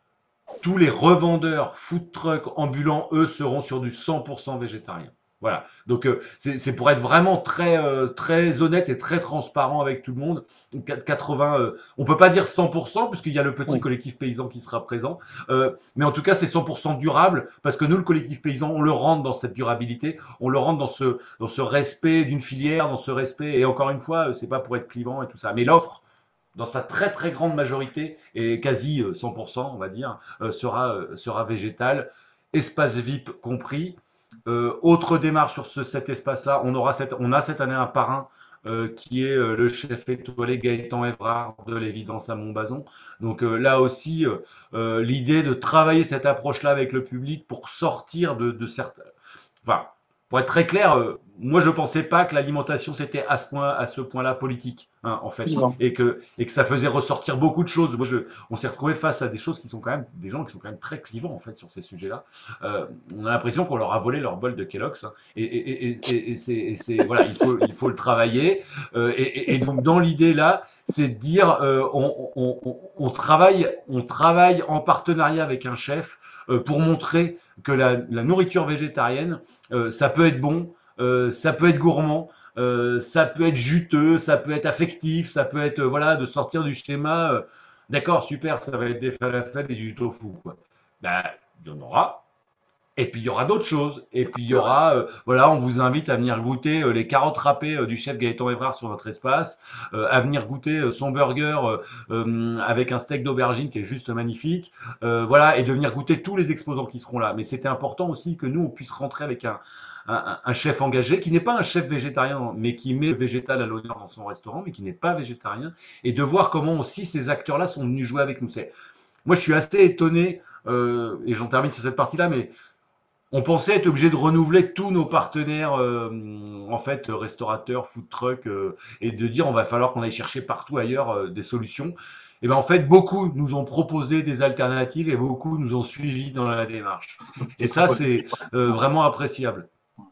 Tous les revendeurs food truck ambulants, eux, seront sur du cent pour cent végétarien. Voilà. Donc euh, c'est pour être vraiment très euh, très honnête et très transparent avec tout le monde. quatre-vingts, euh, on peut pas dire cent pour cent puisqu'il y a le petit Oui. collectif paysan qui sera présent, euh, mais en tout cas c'est cent pour cent durable parce que nous le collectif paysan on le rentre dans cette durabilité, on le rentre dans ce dans ce respect d'une filière, dans ce respect et encore une fois c'est pas pour être clivant et tout ça, mais l'offre dans sa très très grande majorité, et quasi cent pour cent on va dire, euh, sera, euh, sera végétal, espace V I P compris. Euh, autre démarche sur ce, cet espace-là, on, aura cette, on a cette année un parrain euh, qui est euh, le chef étoilé Gaëtan Évrard de l'Évidence à Montbazon. Donc euh, là aussi, euh, euh, l'idée de travailler cette approche-là avec le public pour sortir de, de certains... Enfin, pour être très clair, euh, moi je pensais pas que l'alimentation c'était à ce point, à ce point-là politique, hein, en fait, Vivant. et que et que ça faisait ressortir beaucoup de choses. Moi, je, on s'est retrouvé face à des choses qui sont quand même des gens qui sont quand même très clivants en fait sur ces sujets-là. Euh, on a l'impression qu'on leur a volé leur bol de Kellogg's, hein, et, et, et, et, et c'est voilà, il faut il faut le travailler. Euh, et, et, et donc dans l'idée là, c'est de dire euh, on, on, on, on travaille on travaille en partenariat avec un chef euh, pour montrer que la, la nourriture végétarienne euh, ça peut être bon, euh, ça peut être gourmand, euh, ça peut être juteux, ça peut être affectif, ça peut être, euh, voilà, de sortir du schéma. Euh, D'accord, super, ça va être des falafels et du tofu, quoi. Ben, il y en aura. Et puis il y aura d'autres choses. Et puis il y aura, euh, voilà, on vous invite à venir goûter euh, les carottes râpées euh, du chef Gaëtan Évrard sur notre espace, euh, à venir goûter euh, son burger euh, euh, avec un steak d'aubergine qui est juste magnifique, euh, voilà, et de venir goûter tous les exposants qui seront là. Mais c'était important aussi que nous on puisse rentrer avec un, un, un chef engagé qui n'est pas un chef végétarien, mais qui met le végétal à l'honneur dans son restaurant, mais qui n'est pas végétarien, et de voir comment aussi ces acteurs-là sont venus jouer avec nous. C'est, moi, je suis assez étonné, euh, et j'en termine sur cette partie-là, mais on pensait être obligé de renouveler tous nos partenaires, euh, en fait, restaurateurs, food truck, euh, et de dire on va falloir qu'on aille chercher partout ailleurs euh, des solutions. Et ben en fait, beaucoup nous ont proposé des alternatives et beaucoup nous ont suivis dans la démarche. Et ça, c'est euh, vraiment appréciable.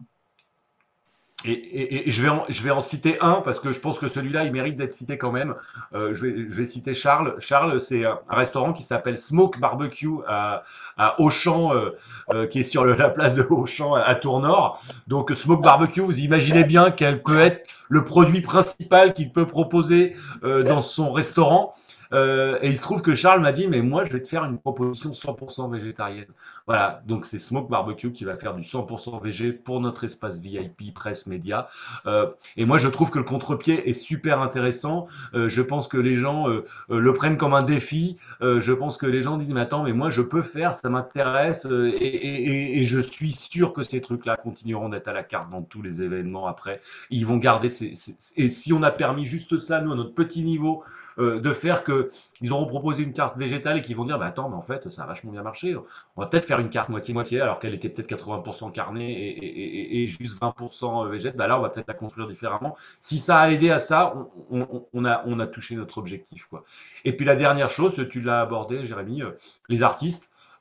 Et, et, et je, vais en, je vais en citer un parce que je pense que celui-là, il mérite d'être cité quand même. Euh, je, vais, je vais citer Charles. Charles, c'est un restaurant qui s'appelle Smoke Barbecue à, à Auchan, euh, euh, qui est sur le, la place de Auchan à, à Tournord. Donc Smoke Barbecue, vous imaginez bien quel peut être le produit principal qu'il peut proposer euh, dans son restaurant. Euh, et il se trouve que Charles m'a dit, mais moi, je vais te faire une proposition cent pour cent végétarienne. Voilà, donc c'est Smoke Barbecue qui va faire du cent pour cent végé pour notre espace V I P, presse, média. Euh, et moi, je trouve que le contre-pied est super intéressant. Euh, je pense que les gens euh, euh, le prennent comme un défi. Euh, je pense que les gens disent, mais attends, mais moi, je peux faire, ça m'intéresse. Euh, et, et, et, je suis sûr que ces trucs-là continueront d'être à la carte dans tous les événements après. Ils vont garder ces, ces... Et si on a permis juste ça, nous, à notre petit niveau, euh, de faire que ils auront proposé une carte végétale et qu'ils vont dire, bah attends, mais en fait, ça a vachement bien marché. On va peut-être faire une carte moitié-moitié, alors qu'elle était peut-être quatre-vingts pour cent carnée et, et, et, et juste vingt pour cent végétal. Bah là, on va peut-être la construire différemment. Si ça a aidé à ça, on, on, on, a, on a touché notre objectif, quoi. Et puis la dernière chose, tu l'as abordé, Jérémy, euh, les artistes.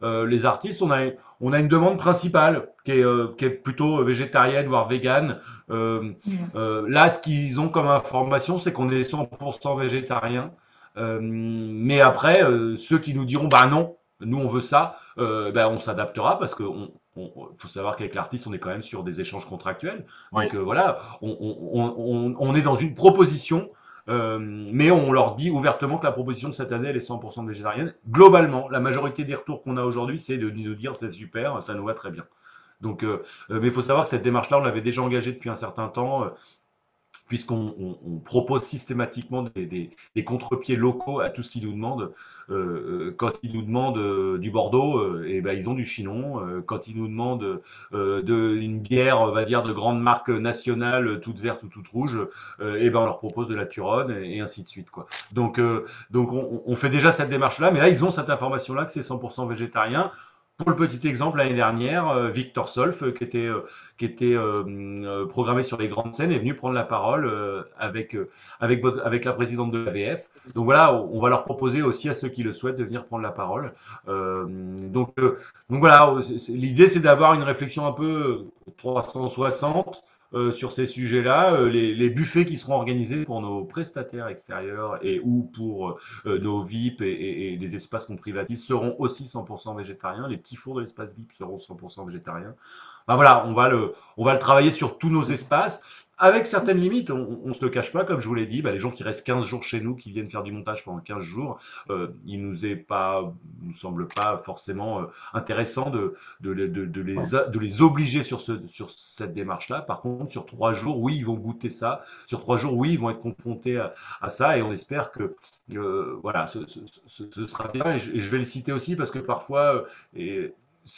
euh, les artistes, on a, on a une demande principale qui est, euh, qui est plutôt végétarienne, voire végane. Euh, euh, là, ce qu'ils ont comme information, c'est qu'on est cent pour cent végétarien. Euh, mais après, euh, ceux qui nous diront, bah non, nous on veut ça, euh, ben on s'adaptera parce que on, on- faut savoir qu'avec l'artiste, on est quand même sur des échanges contractuels. Oui. Donc euh, voilà, on, on- on- on est dans une proposition, euh, mais on leur dit ouvertement que la proposition de cette année, elle est cent pour cent végétarienne. Globalement, la majorité des retours qu'on a aujourd'hui, c'est de nous dire c'est super, ça nous va très bien. Donc, euh, euh, mais il faut savoir que cette démarche-là, on l'avait déjà engagée depuis un certain temps. Euh, puisqu'on on, on propose systématiquement des, des, des contre-pieds locaux à tout ce qu'ils nous demandent. Euh, quand ils nous demandent euh, du Bordeaux, euh, et ben ils ont du Chinon. Euh, quand ils nous demandent euh, de, une bière, on va dire, de grande marque nationale, toute verte ou toute rouge, euh, et ben on leur propose de la Turonne et, et ainsi de suite, quoi. Donc, euh, donc on, on fait déjà cette démarche-là, mais là ils ont cette information-là que c'est cent pour cent végétarien. Pour le petit exemple, l'année dernière, euh, Victor Solf, euh, qui était, euh, qui était euh, euh, programmé sur les grandes scènes, est venu prendre la parole euh, avec, euh, avec, votre, avec la présidente de l'A V F. Donc voilà, on va leur proposer aussi à ceux qui le souhaitent de venir prendre la parole. Euh, donc, euh, donc voilà, l'idée c'est d'avoir une réflexion un peu trois cent soixante euh, sur ces sujets-là. Euh, les, les buffets qui seront organisés pour nos prestataires extérieurs et ou pour euh, nos V I P et, et, et des espaces qu'on privatise seront aussi cent pour cent végétariens. Les petits fours de l'espace V I P seront cent pour cent végétariens. Ben voilà, on va le, on va le travailler sur tous nos espaces, avec certaines limites. On, on se le cache pas, comme je vous l'ai dit, bah, les gens qui restent quinze jours chez nous, qui viennent faire du montage pendant quinze jours, euh, il nous est pas, nous semble pas forcément euh, intéressant de, de, de, de, les, de les obliger sur, ce, sur cette démarche-là. Par contre, sur trois jours, oui, ils vont goûter ça. Sur trois jours, oui, ils vont être confrontés à, à ça, et on espère que euh, voilà, ce, ce, ce, ce sera bien. Et je, et je vais les citer aussi parce que parfois, euh, et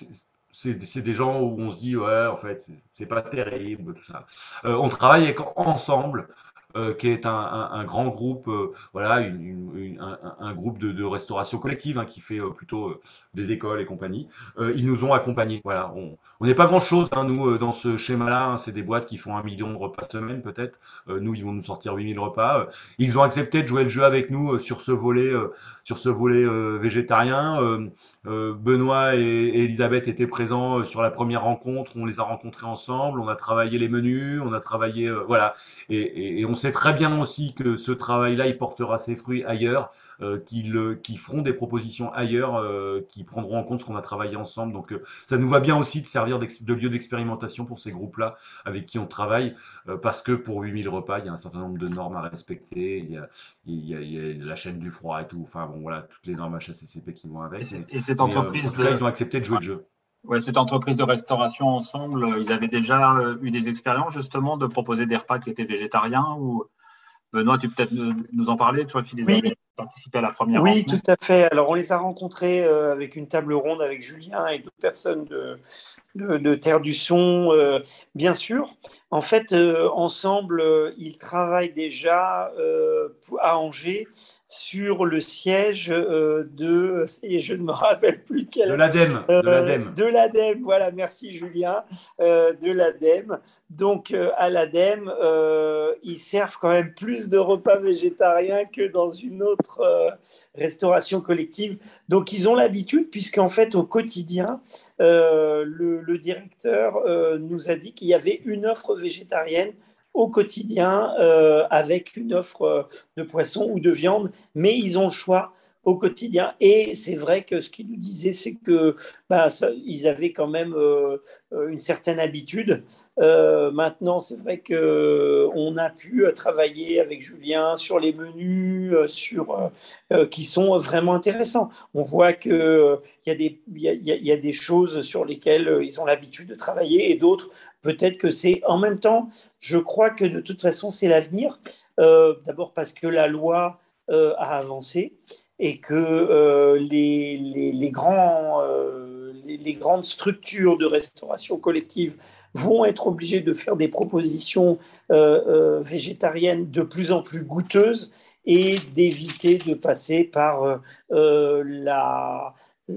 c'est c'est des gens où on se dit ouais en fait c'est pas terrible tout ça. Euh, on travaille avec Ensemble euh, qui est un, un, un grand groupe euh, voilà une, une, une, un, un, groupe de, de restauration collective hein, qui fait euh, plutôt euh, des écoles et compagnie. Euh, ils nous ont accompagnés. Voilà, on n'est pas grand chose hein, nous euh, dans ce schéma-là. Hein, c'est des boîtes qui font un million de repas semaine peut-être. Euh, nous ils vont nous sortir huit mille repas. Euh, ils ont accepté de jouer le jeu avec nous euh, sur ce volet euh, sur ce volet euh, végétarien. Euh, euh, Benoît et, et Elisabeth étaient présents euh, sur la première rencontre. On les a rencontrés ensemble. On a travaillé les menus. On a travaillé euh, voilà. Et, et, et, on sait très bien aussi que ce travail-là, il portera ses fruits ailleurs, euh, qu'ils euh, qu'ils feront des propositions ailleurs, euh, qui prendront en compte ce qu'on a travaillé ensemble. Donc, euh, ça nous va bien aussi de servir de lieu d'expérimentation pour ces groupes-là avec qui on travaille, euh, parce que pour huit mille repas, il y a un certain nombre de normes à respecter. Il y a, il y a, il y a la chaîne du froid et tout. Enfin, bon, voilà, toutes les normes H A C C P qui vont avec. Et, Mais, et cette mais euh, en entreprise tout cas, de, ils ont accepté de jouer le jeu. ouais, cette entreprise de restauration Ensemble, ils avaient déjà eu des expériences justement de proposer des repas qui étaient végétariens ou Benoît, tu peux peut-être nous en parler, toi qui les Oui. avais participé à la première Oui, rencontre. tout à fait. Alors, on les a rencontrés euh, avec une table ronde avec Julien et d'autres personnes de, de, de Terre du Son, euh, bien sûr. En fait, euh, ensemble, euh, ils travaillent déjà euh, à Angers sur le siège euh, de, et je ne me rappelle plus quel, De l'ADEME. euh, De l'ADEME. de l'ADEME. Voilà, merci Julien, euh, de l'ADEME. Donc, euh, à l'ADEME, euh, ils servent quand même plus de repas végétariens que dans une autre euh, restauration collective. Donc, ils ont l'habitude, puisqu'en fait, au quotidien, euh, le, le directeur euh, nous a dit qu'il y avait une offre végétarienne au quotidien euh, avec une offre euh, de poisson ou de viande, mais ils ont le choix au quotidien. Et c'est vrai que ce qu'il nous disait, c'est que bah, ça, ils avaient quand même euh, une certaine habitude. Euh, maintenant, c'est vrai qu'on a pu travailler avec Julien sur les menus, sur, euh, qui sont vraiment intéressants. On voit qu'il euh, y, y, y a des choses sur lesquelles ils ont l'habitude de travailler et d'autres, peut-être que c'est en même temps, je crois que de toute façon, c'est l'avenir. Euh, d'abord parce que la loi euh, a avancé et que euh, les, les, les, grands, euh, les, les grandes structures de restauration collective vont être obligées de faire des propositions euh, euh, végétariennes de plus en plus goûteuses et d'éviter de passer par euh, la,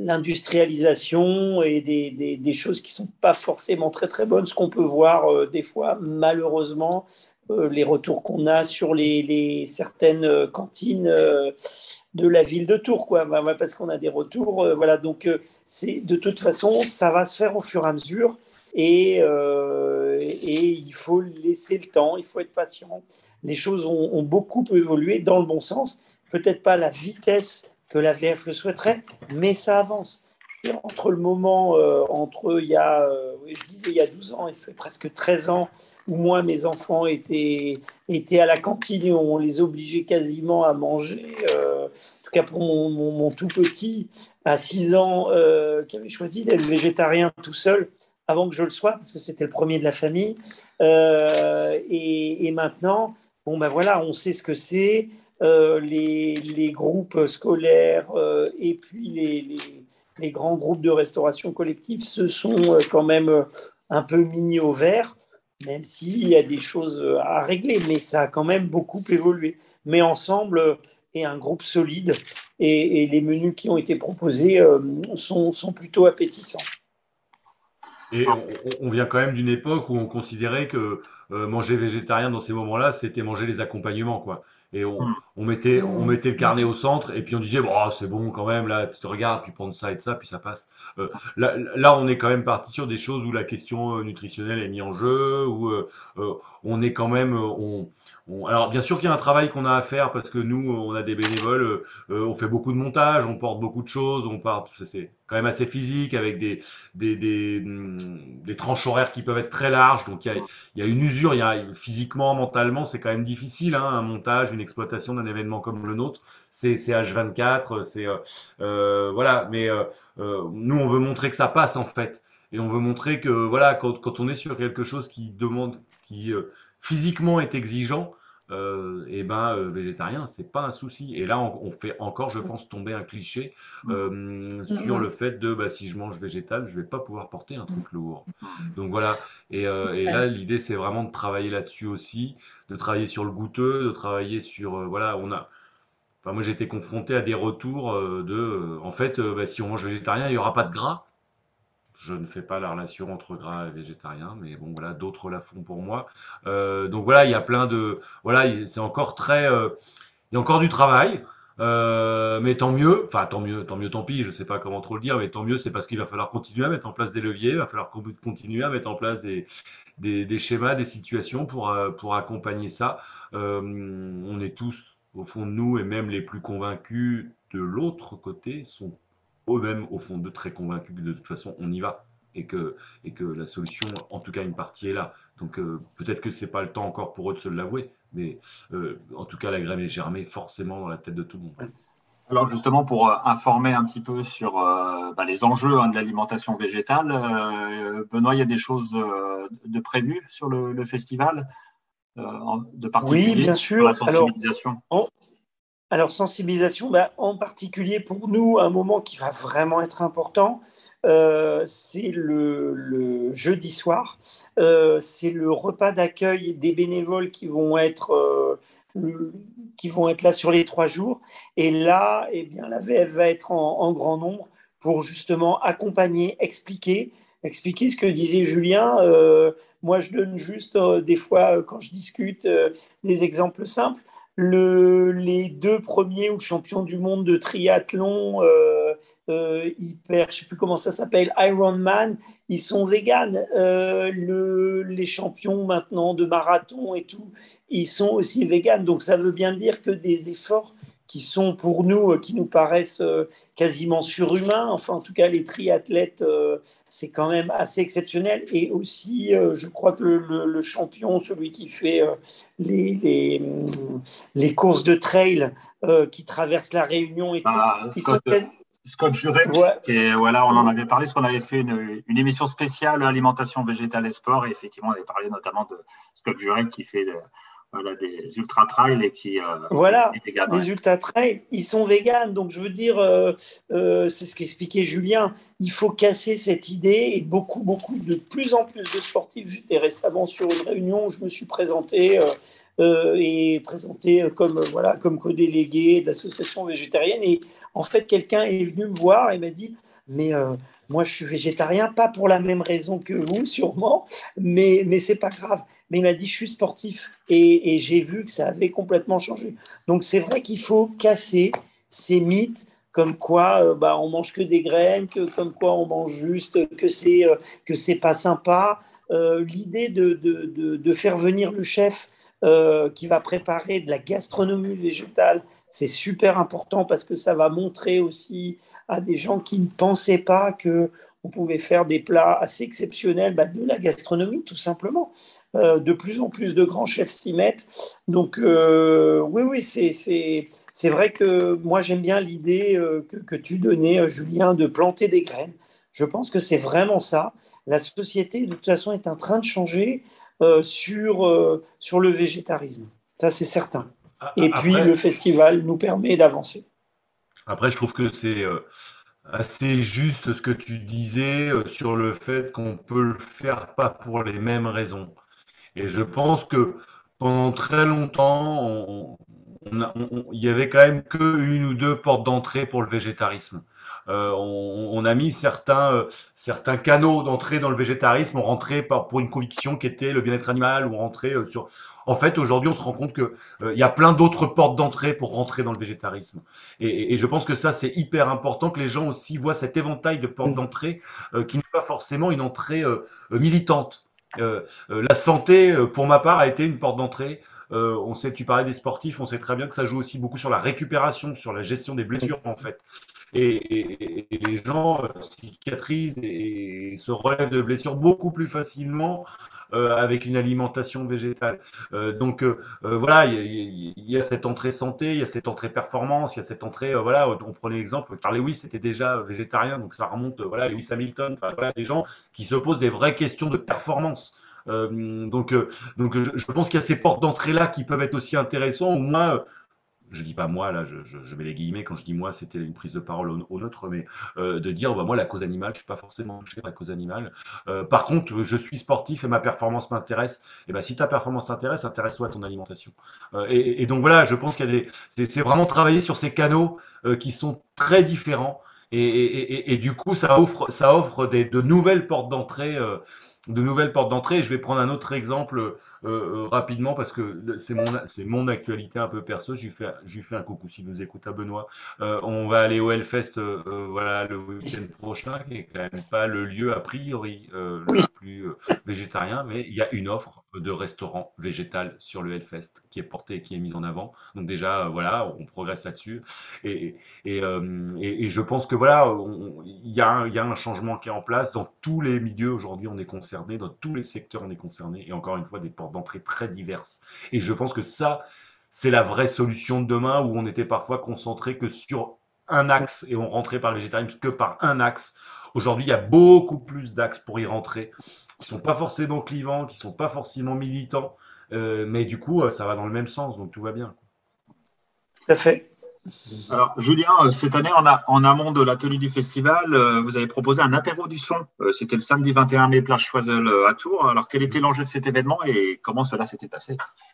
l'industrialisation et des, des, des choses qui ne sont pas forcément très très bonnes, ce qu'on peut voir euh, des fois malheureusement euh, les retours qu'on a sur les, les certaines euh, cantines euh, de la ville de Tours, quoi. Bah, bah, parce qu'on a des retours. Euh, voilà, donc euh, c'est de toute façon, ça va se faire au fur et à mesure. Et, euh, et il faut laisser le temps, il faut être patient. Les choses ont, ont beaucoup évolué dans le bon sens. Peut-être pas à la vitesse que la V F le souhaiterait, mais ça avance. Entre le moment, euh, entre il y a, euh, oui, je disais il y a douze ans, et c'est presque treize ans, où moi, mes enfants étaient, étaient à la cantine et on les obligeait quasiment à manger. Euh, en tout cas, pour mon, mon, mon tout petit, à six ans, euh, qui avait choisi d'être végétarien tout seul, avant que je le sois, parce que c'était le premier de la famille. Euh, et, et maintenant, bon, ben voilà, on sait ce que c'est. Euh, les, les groupes scolaires euh, et puis les, les, les grands groupes de restauration collective se sont euh, quand même euh, un peu mis au vert, même s'il y a des choses à régler, mais ça a quand même beaucoup évolué. Mais ensemble, euh, est un groupe solide et, et les menus qui ont été proposés euh, sont, sont plutôt appétissants. Et on, on- on vient quand même d'une époque où on considérait que euh, manger végétarien dans ces moments-là, c'était manger les accompagnements, quoi. Et on, Hmm. on mettait, on mettait le carnet au centre et puis on disait, bon, ah, c'est bon quand même, là, tu te regardes, tu prends de ça et de ça, puis ça passe. Euh, là, là, on est quand même parti sur des choses où la question euh, nutritionnelle est mise en jeu, où euh, euh, on est quand même, euh, on, on- alors bien sûr qu'il y a un travail qu'on a à faire parce que nous, on a des bénévoles, euh, euh, on fait beaucoup de montage, on porte beaucoup de choses, on part, c'est c'est quand même assez physique avec des des, des, hum, des tranches horaires qui peuvent être très larges. Donc il y a, il y a une usure, il y a, physiquement, mentalement, c'est quand même difficile, hein, un montage, une exploitation d'un événement comme le nôtre. C'est c'est H vingt-quatre, c'est euh, euh, voilà. Mais euh, euh, nous, on veut montrer que ça passe en fait, et on veut montrer que voilà, quand, quand on est sur quelque chose qui demande, qui euh, physiquement est exigeant. Euh, et ben euh, végétarien, c'est pas un souci. Et là, on, on fait encore, je pense, tomber un cliché euh, sur le fait de bah, si je mange végétal, je vais pas pouvoir porter un truc lourd. Donc voilà. Et, euh, et là, l'idée, c'est vraiment de travailler là-dessus aussi, de travailler sur le goûteux, de travailler sur euh, voilà, on a. Enfin, moi, j'ai été confronté à des retours euh, de, euh, en fait, euh, bah, si on mange végétarien, il y aura pas de gras. Je ne fais pas la relation entre gras et végétarien, mais bon, voilà, d'autres la font pour moi. Euh, donc voilà, il y a plein de, voilà, il- c'est encore très, euh, il y a encore du travail, euh, mais tant mieux. Enfin, tant mieux, tant mieux, tant pis. Je sais pas comment trop le dire, mais tant mieux, c'est parce qu'il va falloir continuer à mettre en place des leviers, il va falloir co- continuer à mettre en place des, des, des schémas, des situations pour, euh, pour accompagner ça. Euh, on est tous, au fond de nous, et même les plus convaincus de l'autre côté, sont eux-mêmes, au fond d'eux, très convaincus que de toute façon, on y va. Et que, et que la solution, en tout cas une partie est là. Donc euh, peut-être que c'est pas le temps encore pour eux de se l'avouer, mais euh, en tout cas la graine est germée forcément dans la tête de tout le monde. Alors justement, pour euh, informer un petit peu sur euh, bah, les enjeux hein, de l'alimentation végétale, euh, Benoît, il y a des choses euh, de prévues sur le, le festival, euh, en- de Oui, particulier, bien sur la sûr. Alors, sensibilisation. en, Alors, sensibilisation, bah, en particulier pour nous, un moment qui va vraiment être important, euh, c'est le, le jeudi soir. Euh, c'est le repas d'accueil des bénévoles qui vont être, euh, le- qui vont être là sur les trois jours. Et là, eh bien, la V F va être en, en grand nombre pour justement accompagner, expliquer. Expliquer ce que disait Julien. Euh, moi, je donne juste euh, des fois, euh, quand je discute, euh, des exemples simples. Le, les deux premiers ou champions du monde de triathlon euh, euh, hyper, je ne sais plus comment ça s'appelle, Ironman, ils sont véganes. Euh, le, les champions maintenant de marathon et tout, ils sont aussi véganes. Donc ça veut bien dire que des efforts qui sont pour nous, euh, qui nous paraissent euh, quasiment surhumains, enfin en tout cas les triathlètes, euh, c'est quand même assez exceptionnel. Et aussi, euh, je crois que le, le, le champion, celui qui fait euh, les, les, les courses de trail euh, qui traversent la Réunion et tout. Bah, Ils sont Scott, Scott Jurek, ouais, qui est, voilà, on en avait parlé, parce qu'on avait fait une, une émission spéciale alimentation végétale et sport, et effectivement, on avait parlé notamment de Scott Jurek qui fait de, voilà, des ultra trails et qui euh, est, voilà, est vegan. Ouais. les ultra trail, ils sont véganes. Donc je veux dire, euh, euh, c'est ce qu'expliquait Julien. Il faut casser cette idée et beaucoup, beaucoup, de plus en plus de sportifs. J'étais récemment sur une réunion où je me suis présenté euh, euh, et présenté comme euh, voilà comme co-délégué de l'association végétarienne. Et en fait, quelqu'un est venu me voir et m'a dit, mais euh, Moi, je suis végétarien, pas pour la même raison que vous, sûrement, mais, mais c'est pas grave. Mais il m'a dit, je suis sportif et, et j'ai vu que ça avait complètement changé. Donc, c'est vrai qu'il faut casser ces mythes comme quoi euh, bah, on mange que des graines, que, comme quoi on mange juste, que c'est euh, que c'est pas sympa. Euh, L'idée de, de, de, de, faire venir le chef euh, qui va préparer de la gastronomie végétale, c'est super important parce que ça va montrer aussi à des gens qui ne pensaient pas que on pouvait faire des plats assez exceptionnels, bah, de la gastronomie tout simplement. Euh, de plus en plus de grands chefs s'y mettent. Donc euh, oui, oui, c'est, c'est, c'est vrai que moi j'aime bien l'idée euh, que, que tu donnais, euh, Julien, de planter des graines. Je pense que c'est vraiment ça. La société, de toute façon, est en train de changer euh, sur, euh, sur le végétarisme. Ça, c'est certain. Et puis, le Après, festival nous permet d'avancer. après, je trouve que c'est euh, assez juste ce que tu disais euh, sur le fait qu'on peut le faire pas pour les mêmes raisons. Et je pense que pendant très longtemps, on, on a- on- il y avait quand même que une ou deux portes d'entrée pour le végétarisme. Euh, on, on a mis certains, euh, certains canaux d'entrée dans le végétarisme. On rentrait par, pour une conviction qui était le bien-être animal, ou on rentrait euh, sur. En fait, aujourd'hui, on se rend compte que euh, il y a plein d'autres portes d'entrée pour rentrer dans le végétarisme. Et, et- et je pense que ça, c'est hyper important que les gens aussi voient cet éventail de portes d'entrée euh, qui n'est pas forcément une entrée euh, euh, militante. Euh, euh, la santé, euh, pour ma part, a été une porte d'entrée. Euh, on sait, tu parlais des sportifs, on sait très bien que ça joue aussi beaucoup sur la récupération, sur la gestion des blessures en fait. Et, et- et les gens euh, cicatrisent et, et se relèvent de blessures beaucoup plus facilement euh, avec une alimentation végétale. Euh, donc euh, euh, voilà, il y, a- il y a cette entrée santé, il y a cette entrée performance, il y a cette entrée, euh, voilà, on prenait l'exemple, Carl Lewis était déjà végétarien, donc ça remonte, euh, voilà, Lewis Hamilton, enfin voilà, des gens qui se posent des vraies questions de performance. Euh, donc, euh, donc je, je pense qu'il y a ces portes d'entrée là qui peuvent être aussi intéressants. Au moins, euh, je dis pas moi là, je, je, je mets les guillemets quand je dis moi, c'était une prise de parole au, au neutre, mais euh, de dire bah moi la cause animale, je suis pas forcément touché par la cause animale. Euh, par contre, je suis sportif et ma performance m'intéresse. Et ben si ta performance t'intéresse, intéresse-toi à ton alimentation. Euh, et, et donc voilà, je pense qu'il y a des, c'est, c'est vraiment travailler sur ces canaux euh, qui sont très différents. Et, et, et, et, du coup, ça offre, ça offre des, de nouvelles portes d'entrée, euh, de nouvelles portes d'entrée. Je vais prendre un autre exemple euh, euh, rapidement parce que c'est mon, c'est mon actualité un peu perso. Je lui fais, je lui fais un coucou s'il nous écoute à Benoît. Euh, on va aller au Hellfest euh, euh, voilà, le week-end prochain, qui est quand même pas le lieu a priori euh, Oui, le plus euh, végétarien, mais il y a une offre de restaurant végétal sur le Hellfest qui est portée et qui est mise en avant. Donc déjà, euh, voilà, on progresse là-dessus. Et, et, euh, et, et je pense que voilà, on- il y, a un- il y a un changement qui est en place. Dans tous les milieux aujourd'hui, on est concerné, dans tous les secteurs, on est concerné. Et encore une fois, des portes d'entrée très diverses. Et je pense que ça, c'est la vraie solution de demain où on était parfois concentré que sur un axe et on rentrait par le végétarisme que par un axe. Aujourd'hui, il y a beaucoup plus d'axes pour y rentrer, qui sont pas forcément clivants, qui sont pas forcément militants, euh, mais du coup, euh, ça va dans le même sens, donc tout va bien. tout à fait. Alors, Julien, euh, cette année, en, a- en amont de la tenue du festival, euh, vous avez proposé un apéro du son. Euh, C'était le samedi vingt et un mai, plage Choiseul euh, à Tours. Alors, quel était l'enjeu de cet événement et comment cela s'était passé?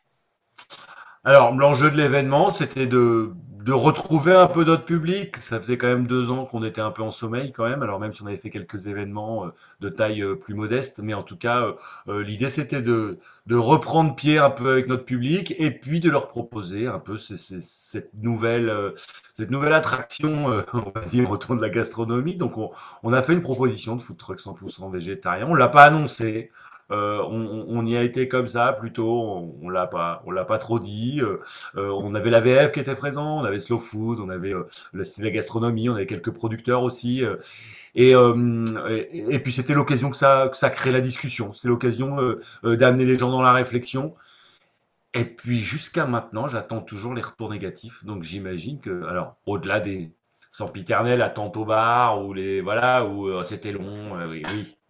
Alors, l'enjeu de l'événement, c'était de, de retrouver un peu notre public. Ça faisait quand même deux ans qu'on était un peu en sommeil quand même, alors même si on avait fait quelques événements euh, de taille euh, plus modeste, mais en tout cas, euh, euh, l'idée c'était de, de reprendre pied un peu avec notre public et puis de leur proposer un peu ce- ce- cette nouvelle, euh, cette nouvelle attraction, euh, on va dire, autour de la gastronomie. Donc, on, on a fait une proposition de food truck cent pour cent végétarien. On l'a pas annoncé. Euh, on, on y a été comme ça plutôt, on, on l'a pas, on l'a pas trop dit. Euh, euh, on avait la V F qui était présent, on avait Slow Food, on avait euh, le style de la gastronomie, on avait quelques producteurs aussi. Euh, et, euh, et, et puis c'était l'occasion que ça, que ça crée la discussion. C'est l'occasion euh, euh, d'amener les gens dans la réflexion. Et puis jusqu'à maintenant, j'attends toujours les retours négatifs. Donc j'imagine que, alors au-delà des sempiternels attentes au bar ou les voilà où euh, c'était long, euh, oui, oui,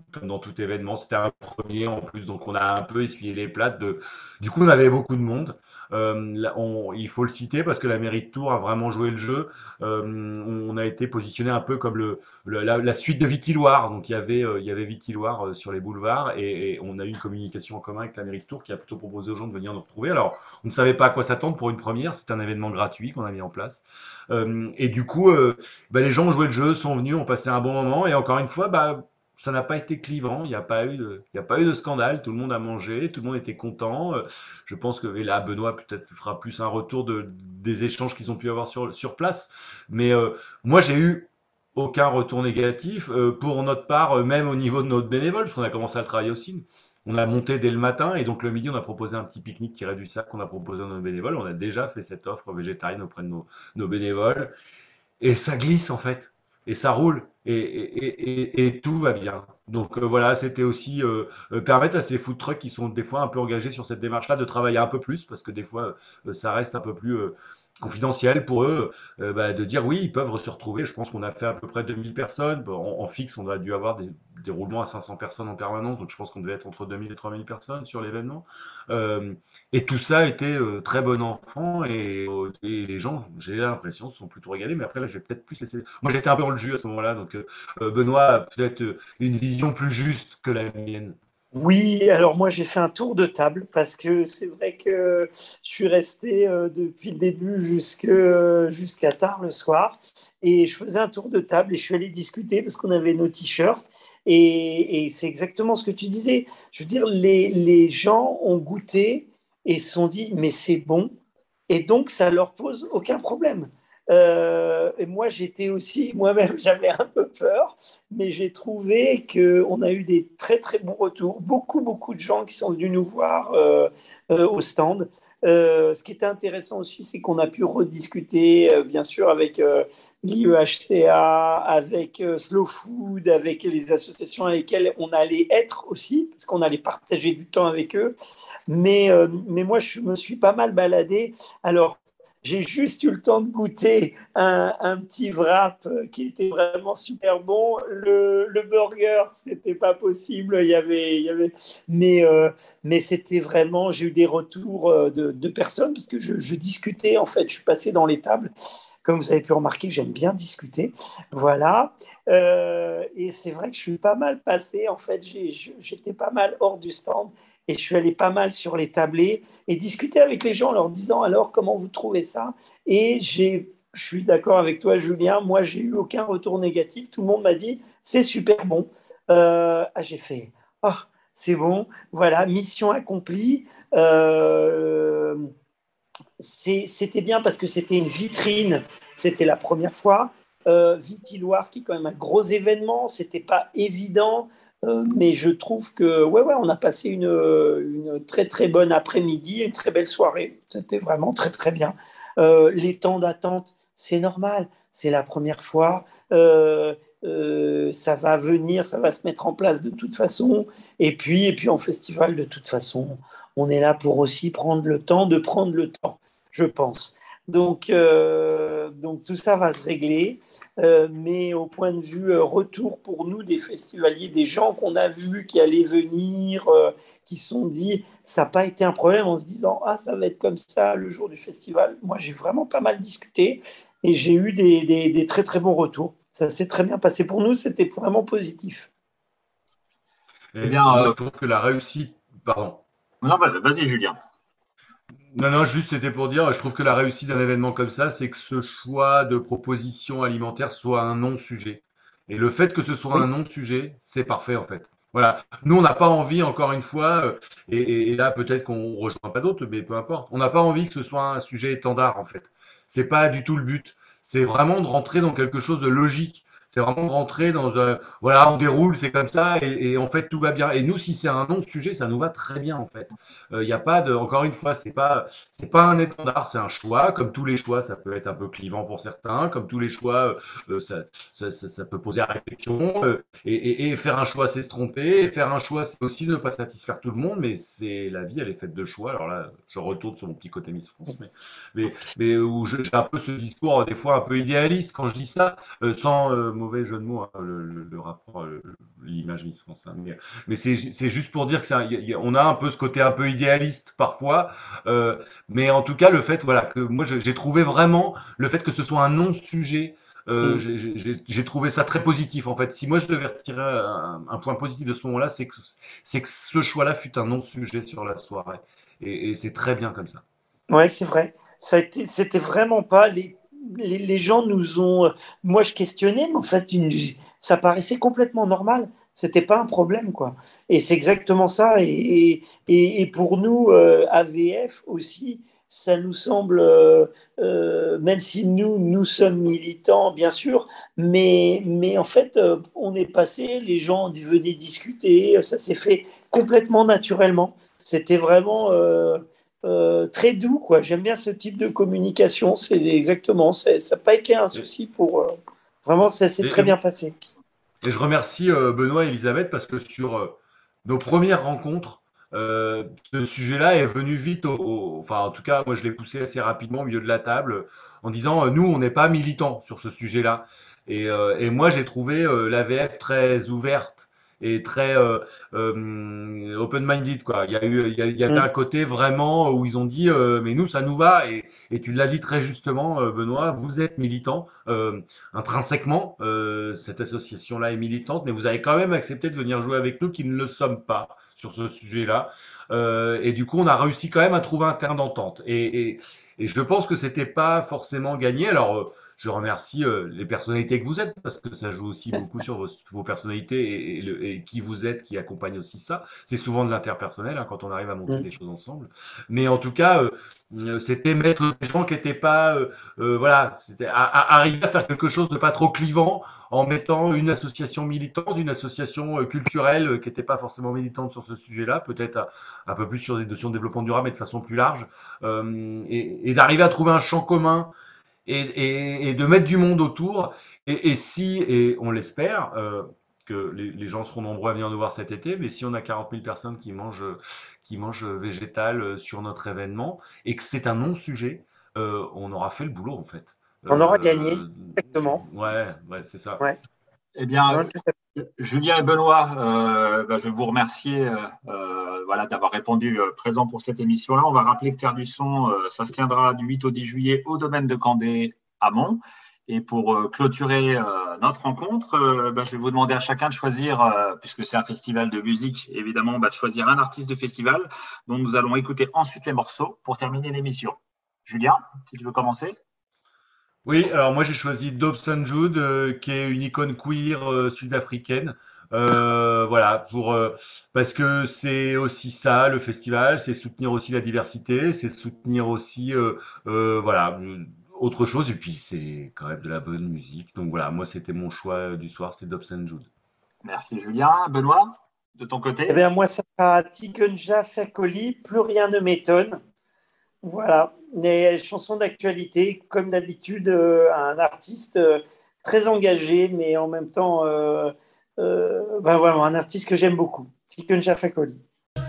comme dans tout événement. C'était un premier en plus, donc on a un peu essuyé les plates. De... Du coup, on avait beaucoup de monde. Euh, là, on- il faut le citer parce que la mairie de Tours a vraiment joué le jeu. Euh, on a été positionné un peu comme le, le- la, la suite de Vicky-Loire. Donc il y avait, euh, il y avait Vicky-Loire euh, sur les boulevards et, et on a eu une communication en commun avec la mairie de Tours qui a plutôt proposé aux gens de venir nous retrouver. Alors, on ne savait pas à quoi s'attendre pour une première. C'est un événement gratuit qu'on a mis en place. Euh, et du coup, euh, bah, les gens ont joué le jeu, sont venus, ont passé un bon moment. Et encore une fois, bah, ça n'a pas été clivant, il n'y a pas eu de, il y a pas eu de scandale, tout le monde a mangé, tout le monde était content. Euh, Je pense que, et là, Benoît peut-être fera plus un retour de, des échanges qu'ils ont pu avoir sur, sur place. Mais euh, moi, j'ai eu aucun retour négatif. Euh, pour notre part, euh, même au niveau de notre bénévole, parce qu'on a commencé à le travailler aussi. On a monté dès le matin et donc le midi, on a proposé un petit pique-nique tiré du sac qu'on a proposé à nos bénévoles. On a déjà fait cette offre végétarienne auprès de nos, nos bénévoles. Et ça glisse en fait, et ça roule, et, et, et, et tout va bien. Donc euh, voilà, c'était aussi euh, euh, permettre à ces food trucks qui sont des fois un peu engagés sur cette démarche-là de travailler un peu plus, parce que des fois euh, ça reste un peu plus euh, confidentiel pour eux, euh, bah, de dire oui, ils peuvent se retrouver. Je pense qu'on a fait à peu près deux mille personnes. Bon, en, en fixe, on a dû avoir des, des roulements à cinq cents personnes en permanence, donc je pense qu'on devait être entre deux mille et trois mille personnes sur l'événement. Euh, et tout ça était euh, très bon enfant et, euh, et les gens, j'ai l'impression, se sont plutôt régalés. Mais après, là, je vais peut-être plus laisser. Moi, j'étais un peu dans le jus à ce moment-là, donc euh, euh, Benoît a peut-être euh, une vision plus juste que la mienne. Oui, alors moi j'ai fait un tour de table parce que c'est vrai que je suis resté euh, depuis le début jusque, euh, jusqu'à tard le soir et je faisais un tour de table et je suis allé discuter parce qu'on avait nos t-shirts et, et c'est exactement ce que tu disais. Je veux dire, les, les gens ont goûté et se sont dit mais c'est bon et donc ça leur pose aucun problème. Euh, et moi j'étais aussi, moi-même j'avais un peu peur mais j'ai trouvé qu'on a eu des très très bons retours. Beaucoup, beaucoup de gens qui sont venus nous voir euh, euh, au stand. Euh, ce qui était intéressant aussi, c'est qu'on a pu rediscuter, euh, bien sûr, avec euh, l'I E H C A, avec euh, Slow Food, avec les associations avec lesquelles on allait être aussi, parce qu'on allait partager du temps avec eux. Mais, euh, mais moi, je me suis pas mal baladé. Alors, j'ai juste eu le temps de goûter un, un petit wrap qui était vraiment super bon. Le, le burger, c'était pas possible. Il y avait, il y avait... Mais, euh, mais c'était vraiment, j'ai eu des retours euh, de, de personnes parce que je, je discutais, en fait, je suis passé dans les tables. Comme vous avez pu remarquer, j'aime bien discuter. Voilà. Euh, et c'est vrai que je suis pas mal passé. En fait, j'ai- j'étais pas mal hors du stand et je suis allé pas mal sur les tablés et discuter avec les gens en leur disant alors comment vous trouvez ça. Et j'ai, je suis d'accord avec toi, Julien. Moi, j'ai eu aucun retour négatif. Tout le monde m'a dit c'est super bon. Euh, ah, j'ai fait oh, c'est bon. Voilà, mission accomplie. Euh, c'est- c'était bien parce que c'était une vitrine. C'était la première fois. Euh, Viti-Loire, qui est quand même un gros événement, c'était pas évident, euh, mais je trouve que ouais, ouais, on a passé une, une très très bonne après-midi, une très belle soirée. C'était vraiment très très bien. Euh, les temps d'attente, c'est normal, c'est la première fois. Euh, euh, ça va venir, ça va se mettre en place de toute façon. Et puis, et puis en festival, de toute façon, on est là pour aussi prendre le temps de prendre le temps, je pense. Donc, euh, donc tout ça va se régler, euh, mais au point de vue euh, retour pour nous des festivaliers, des gens qu'on a vus qui allaient venir, euh, qui se sont dit, ça n'a pas été un problème en se disant, ah, ça va être comme ça le jour du festival. Moi, j'ai vraiment pas mal discuté et j'ai eu des, des, des très très bons retours. Ça s'est très bien passé pour nous, c'était vraiment positif. Eh Et bien, moi, euh, je trouve que la réussite, pardon. non, vas- vas-y, Julien. Non, non, juste c'était pour dire, je trouve que la réussite d'un événement comme ça, c'est que ce choix de proposition alimentaire soit un non-sujet. Et le fait que ce soit un Oui, non-sujet, c'est parfait en fait. Voilà. Nous, on n'a pas envie, encore une fois, euh, et, et- et là peut-être qu'on rejoint pas d'autres, mais peu importe. On n'a pas envie que ce soit un sujet étendard en fait. C'est pas du tout le but. C'est vraiment de rentrer dans quelque chose de logique. C'est vraiment de rentrer dans un, voilà, on déroule, c'est comme ça, et, et en fait tout va bien. Et nous, si c'est un non-sujet, ça nous va très bien en fait. Il n'y a pas de, encore une fois, c'est pas, c'est pas un étendard, c'est un choix. Comme tous les choix, ça peut être un peu clivant pour certains. Comme tous les choix, euh, ça, ça, ça, ça peut poser à réflexion. Euh, et, et, et faire un choix, c'est se tromper. Et faire un choix, c'est aussi ne pas satisfaire tout le monde. Mais c'est la vie, elle est faite de choix. Alors là, je retourne sur mon petit côté Miss France, mais, mais, mais où je- j'ai un peu ce discours, euh, des fois un peu idéaliste quand je dis ça, euh, sans euh, mauvais jeu de mots, hein, le, le- le rapport, le- l'image Miss France. Hein. Mais, mais c'est, c'est juste pour dire que ça, y a- y a- on a un peu ce côté un peu idéaliste parfois. euh, mais en tout cas, le fait, voilà, que moi j'ai j'ai trouvé vraiment le fait que ce soit un non-sujet. euh, Mm. j'ai j'ai- j'ai- j'ai trouvé ça très positif en fait. Si moi je devais retirer un, un point positif de ce moment-là, c'est que, c'est que ce choix-là fut un non-sujet sur la soirée. Et, et c'est très bien comme ça. Ouais, c'est vrai. Ça a été, c'était vraiment pas les, les, les gens nous ont. Moi, je questionnais, mais en fait, une- ça paraissait complètement normal. C'était pas un problème, quoi. Et c'est exactement ça. Et, et, et pour nous, euh, A V F aussi, ça nous semble, euh, euh, même si nous, nous sommes militants, bien sûr, mais, mais en fait, euh, on est passé, les gens venaient discuter, ça s'est fait complètement naturellement. C'était vraiment. euh, euh, très doux, quoi. J'aime bien ce type de communication. C'est exactement, c'est- ça n'a pas été un Et, souci pour. euh, vraiment, ça s'est et- très et bien passé. Et je remercie euh, Benoît et Elisabeth parce que sur euh, nos premières rencontres, euh, ce sujet-là est venu vite. Au, au- enfin, en tout cas, moi, je l'ai poussé assez rapidement au milieu de la table en disant, euh, nous, on n'est pas militants sur ce sujet-là. Et, euh, et moi, j'ai trouvé euh, l'A V F très ouverte et très euh, euh, open-minded, quoi. Il y a eu, il y, a- il y avait un Mm. côté vraiment où ils ont dit, euh, mais nous, ça nous va. Et, et tu l'as dit très justement, euh, Benoît, vous êtes militant. Euh, intrinsèquement, euh, cette association-là est militante, mais vous avez quand même accepté de venir jouer avec nous qui ne le sommes pas sur ce sujet-là. Euh, et du coup, on a réussi quand même à trouver un terrain d'entente. Et, et, et je pense que c'était pas forcément gagné. Alors, euh, je remercie euh, les personnalités que vous êtes, parce que ça joue aussi beaucoup sur vos, vos personnalités et, et, le, et qui vous êtes, qui accompagne aussi ça. C'est souvent de l'interpersonnel hein, quand on arrive à monter Mm. des choses ensemble. Mais en tout cas, euh, euh, c'était mettre des gens qui n'étaient pas euh, euh, voilà, c'était à, à, arriver à faire quelque chose de pas trop clivant en mettant une association militante, une association euh, culturelle euh, qui n'était pas forcément militante sur ce sujet-là, peut-être un, un peu plus sur des notions de développement durable, mais de façon plus large, euh, et, et d'arriver à trouver un champ commun et, et, et de mettre du monde autour. Et, et si, et on l'espère, euh, que les, les gens seront nombreux à venir nous voir cet été, mais si on a quarante mille personnes qui mangent, qui mangent végétal sur notre événement et que c'est un non-sujet, euh, on aura fait le boulot en fait. On aura gagné, Euh, exactement. ouais, ouais, c'est ça. Ouais. Eh bien, Non, tout à fait. Julien et Benoît, euh, bah, je vais vous remercier euh, euh, voilà, d'avoir répondu euh, présent pour cette émission-là. On va rappeler que Terre du Son, euh, ça se tiendra du huit au dix juillet au domaine de Candé à Mont. Et pour euh, clôturer euh, notre rencontre, euh, bah, je vais vous demander à chacun de choisir, euh, puisque c'est un festival de musique, évidemment, bah, de choisir un artiste de festival dont nous allons écouter ensuite les morceaux pour terminer l'émission. Julien, si tu veux commencer. Oui, alors moi j'ai choisi Dobson Jude, euh, qui est une icône queer euh, sud-africaine. Euh, voilà, pour euh, parce que c'est aussi ça le festival, c'est soutenir aussi la diversité, c'est soutenir aussi euh, euh, voilà euh, autre chose et puis c'est quand même de la bonne musique. Donc voilà, moi c'était mon choix du soir, c'était Dobson Jude. Merci Julien. Benoît, de ton Eh côté. bien, moi, ça sera Tikunja Fakoli, plus rien ne m'étonne. Voilà, des chansons d'actualité, comme d'habitude, euh, un artiste euh, très engagé, mais en même temps, euh, euh, ben voilà, un artiste que j'aime beaucoup, Tikunja Fakoli.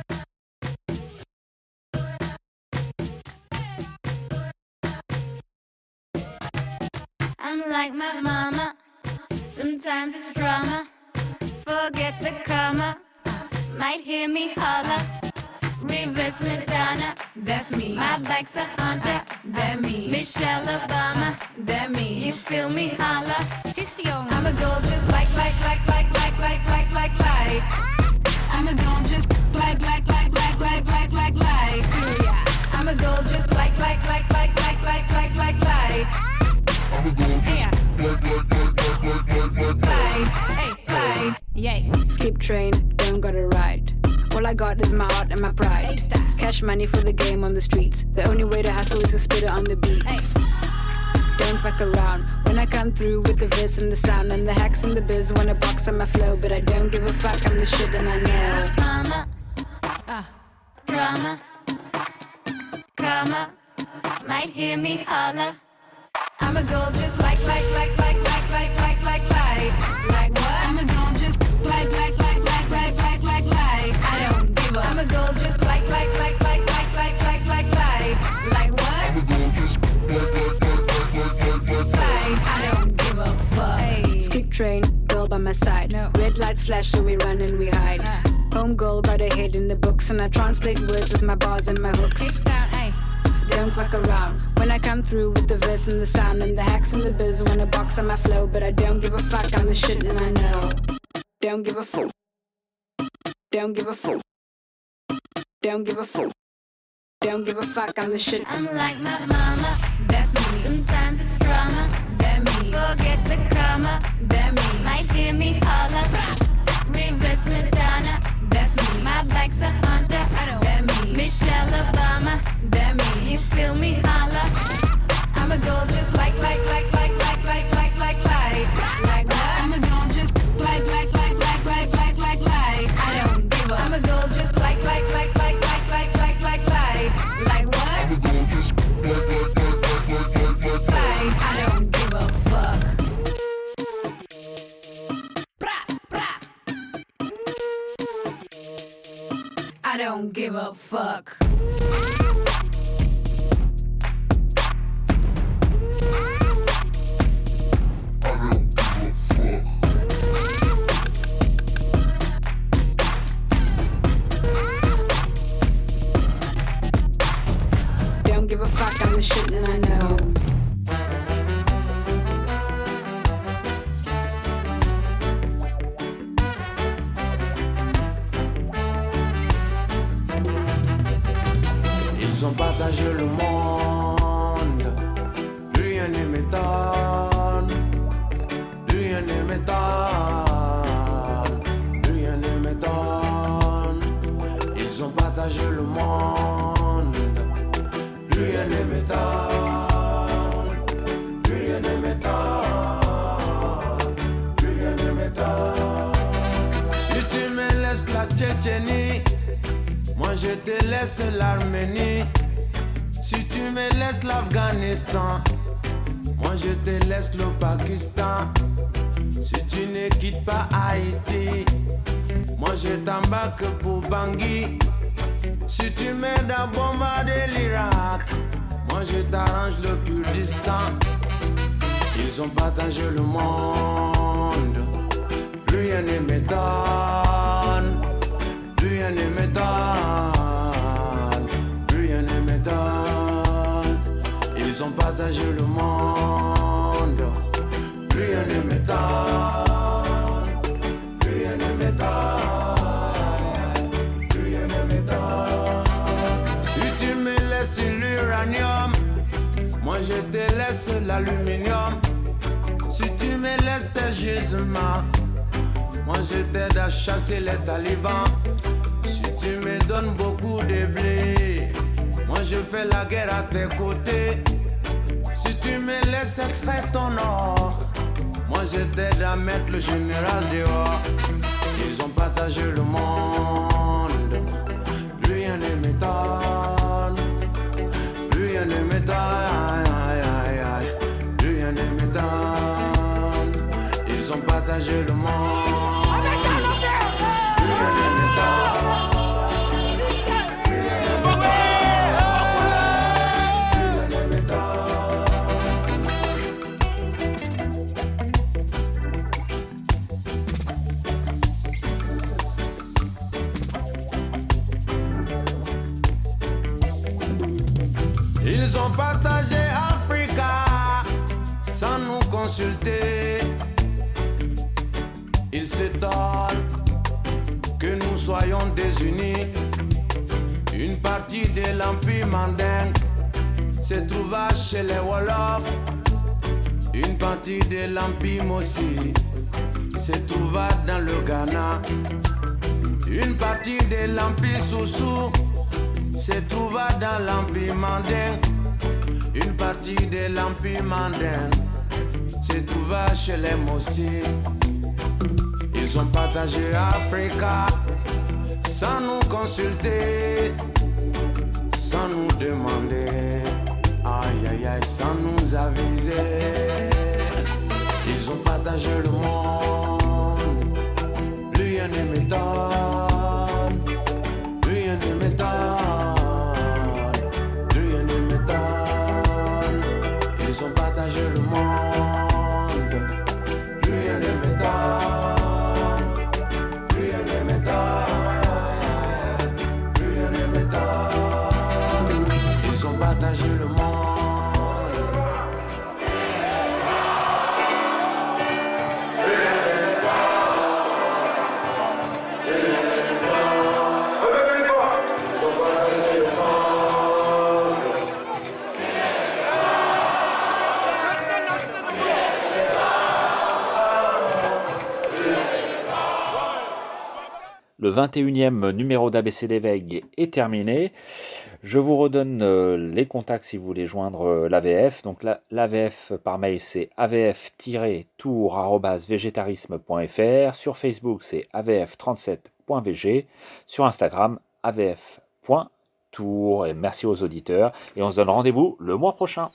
I'm like my mama, sometimes it's drama. Forget the karma, might hear me holler. Reverse Madonna, that's me. My bike's a Honda, that me. Michelle Obama, that me. You feel me holler? I'ma go just like, like, like, like, like, like, like, like, like. I'ma go just like, like, like, like, like, like, like, like. I'ma go just like, like, like, like, like, like, like, like, like. I'ma go just like, like, like, like, like, like, like, like. Hey, like. Yay. Skip train, don't gotta ride. All I got is my heart and my pride. Cash money for the game on the streets. The only way to hustle is to spit it on the beats. Don't fuck around when I come through with the verse and the sound. And the hacks and the biz wanna box on my flow. But I don't give a fuck, I'm the shit and I know. Mama, uh, drama, karma, might hear me holler. I'ma go just like, like, like, like, like, like, like, like, like. Like what? I'ma go just like, like, like, like, like, like, like, like. I don't give a. I'ma go just like, like, like, like, like, like, like, like, like. Like what? I'ma go just like, like, like, like, like, like, like, like. I don't give a fuck. Hey. Skip train, girl by my side. No. Red lights flash, so we run and we hide. Uh. Home girl got her head in the books, and I translate words with my bars and my hooks. Down, hey. Don't fuck around when I come through with the verse and the sound and the hacks and the biz. Wanna box on my flow, but I don't give a fuck. I'm the shit and I know. Don't give a fuck. Don't give a fuck. Don't give a fuck. Don't give a fuck. I'm the shit. I'm like my mama. That's me. Sometimes it's drama. That me. Forget the karma. That me. Might hear me holler. Reverse Madonna. That's me. My bike's a Honda. That me. Michelle Obama. That me. You feel me holler. I'm a gorgeous like like like like like like like like like like what? I'm a gorgeous like like like like like like like like I don't give up. I'm a gorgeous like like like like like like like like like like what? I'm a gorgeous like like like like like like like I don't give a fuck. I don't give a fuck. Don't give a fuck, I'm the shit and I know. Ils ont partagé le monde, rien ne m'étonne, rien ne m'étonne, rien ne m'étonne. Ils ont partagé le monde, rien ne m'étonne, rien ne m'étonne, rien ne m'étonne. Si tu me laisses la Tchétchénie, moi je te laisse l'Arménie. Si tu me laisses l'Afghanistan, moi je te laisse le Pakistan. Si tu ne quittes pas Haïti, moi je t'embarque pour Bangui. Si tu m'aides à bombarder l'Irak, moi je t'arrange le Kurdistan. Ils ont partagé le monde, rien ne m'étonne. Rien ne m'étonne, rien ne m'étonne. Ils ont partagé le monde. Rien ne m'étonne, rien ne m'étonne, rien ne m'étonne. Si tu me laisses l'uranium, moi je te laisse l'aluminium. Si tu me laisses tes gisements, moi je t'aide à chasser les talibans. Tu me donnes beaucoup de blé, moi je fais la guerre à tes côtés. Si tu me laisses extraire ton or, moi je t'aide à mettre le général dehors. Ils ont partagé le monde, rien ne m'étonne, rien ne m'étonne, rien ne m'étonne. Ils ont partagé le monde, rien ne m'étonne. Ils ont partagé Africa sans nous consulter. Ils s'étonnent que nous soyons désunis. Une partie de l'Empire mandingue se trouva chez les Wolofs. Une partie de l'Empire Mossi se trouva dans le Ghana. Une partie de l'Empire Soussou se trouva dans l'Empire mandingue. Une partie de l'Empire mandingue se trouva chez les Mossi. Ils ont partagé Africa sans nous consulter, sans nous demander, aïe aïe aïe, sans nous aviser. Ils ont partagé le monde, rien ne m'étonne, rien ne m'étonne, rien ne m'étonne. Ils ont partagé le monde, rien ne m'étonne. Le vingt et unième numéro d'A B C des Vagues est terminé. Je vous redonne euh, les contacts si vous voulez joindre euh, l'A V F. Donc l'A V F par mail c'est a v f tiret tour arobase végétarisme point f r. Sur Facebook c'est a v f trente-sept point v g. Sur Instagram a v f point tour. Et merci aux auditeurs. Et on se donne rendez-vous le mois prochain.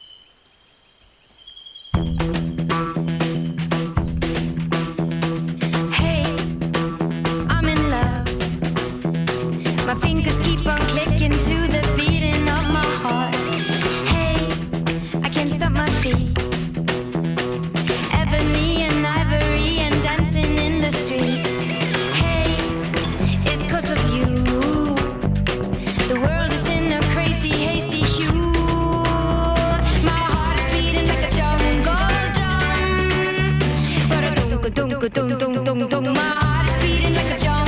Fingers keep on clicking to the beating of my heart. Hey, I can't stop my feet. Ebony and ivory and dancing in the street. Hey, it's cause of you. The world is in a crazy, hazy hue. My heart is beating like a jungle drum. But I don't go, don't go, don't, don't, don't, don't. My heart is beating like a jungle.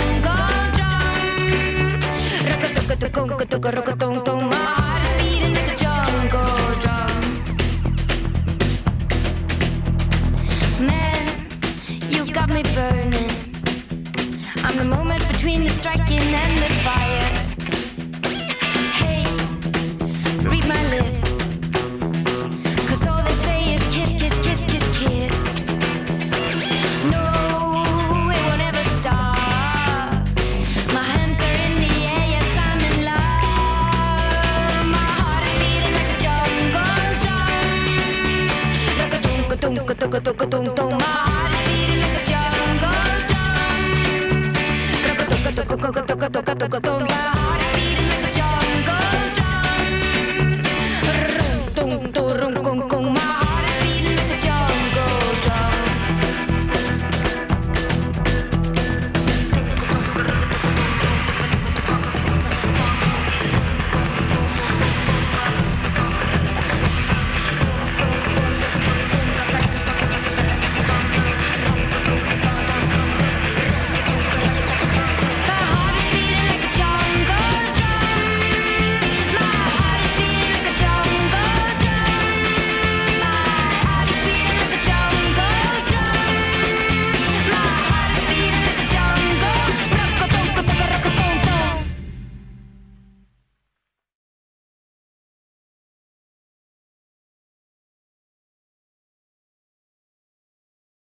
My heart is beating like a jungle drum. Man, you got me burning. I'm the moment between the striking and the fire. Hey, read my lips, cause all they say is kiss, kiss, kiss, kiss, kiss. No, it won't ever stop. My hands are in the air. My heart is beating like a jungle drum.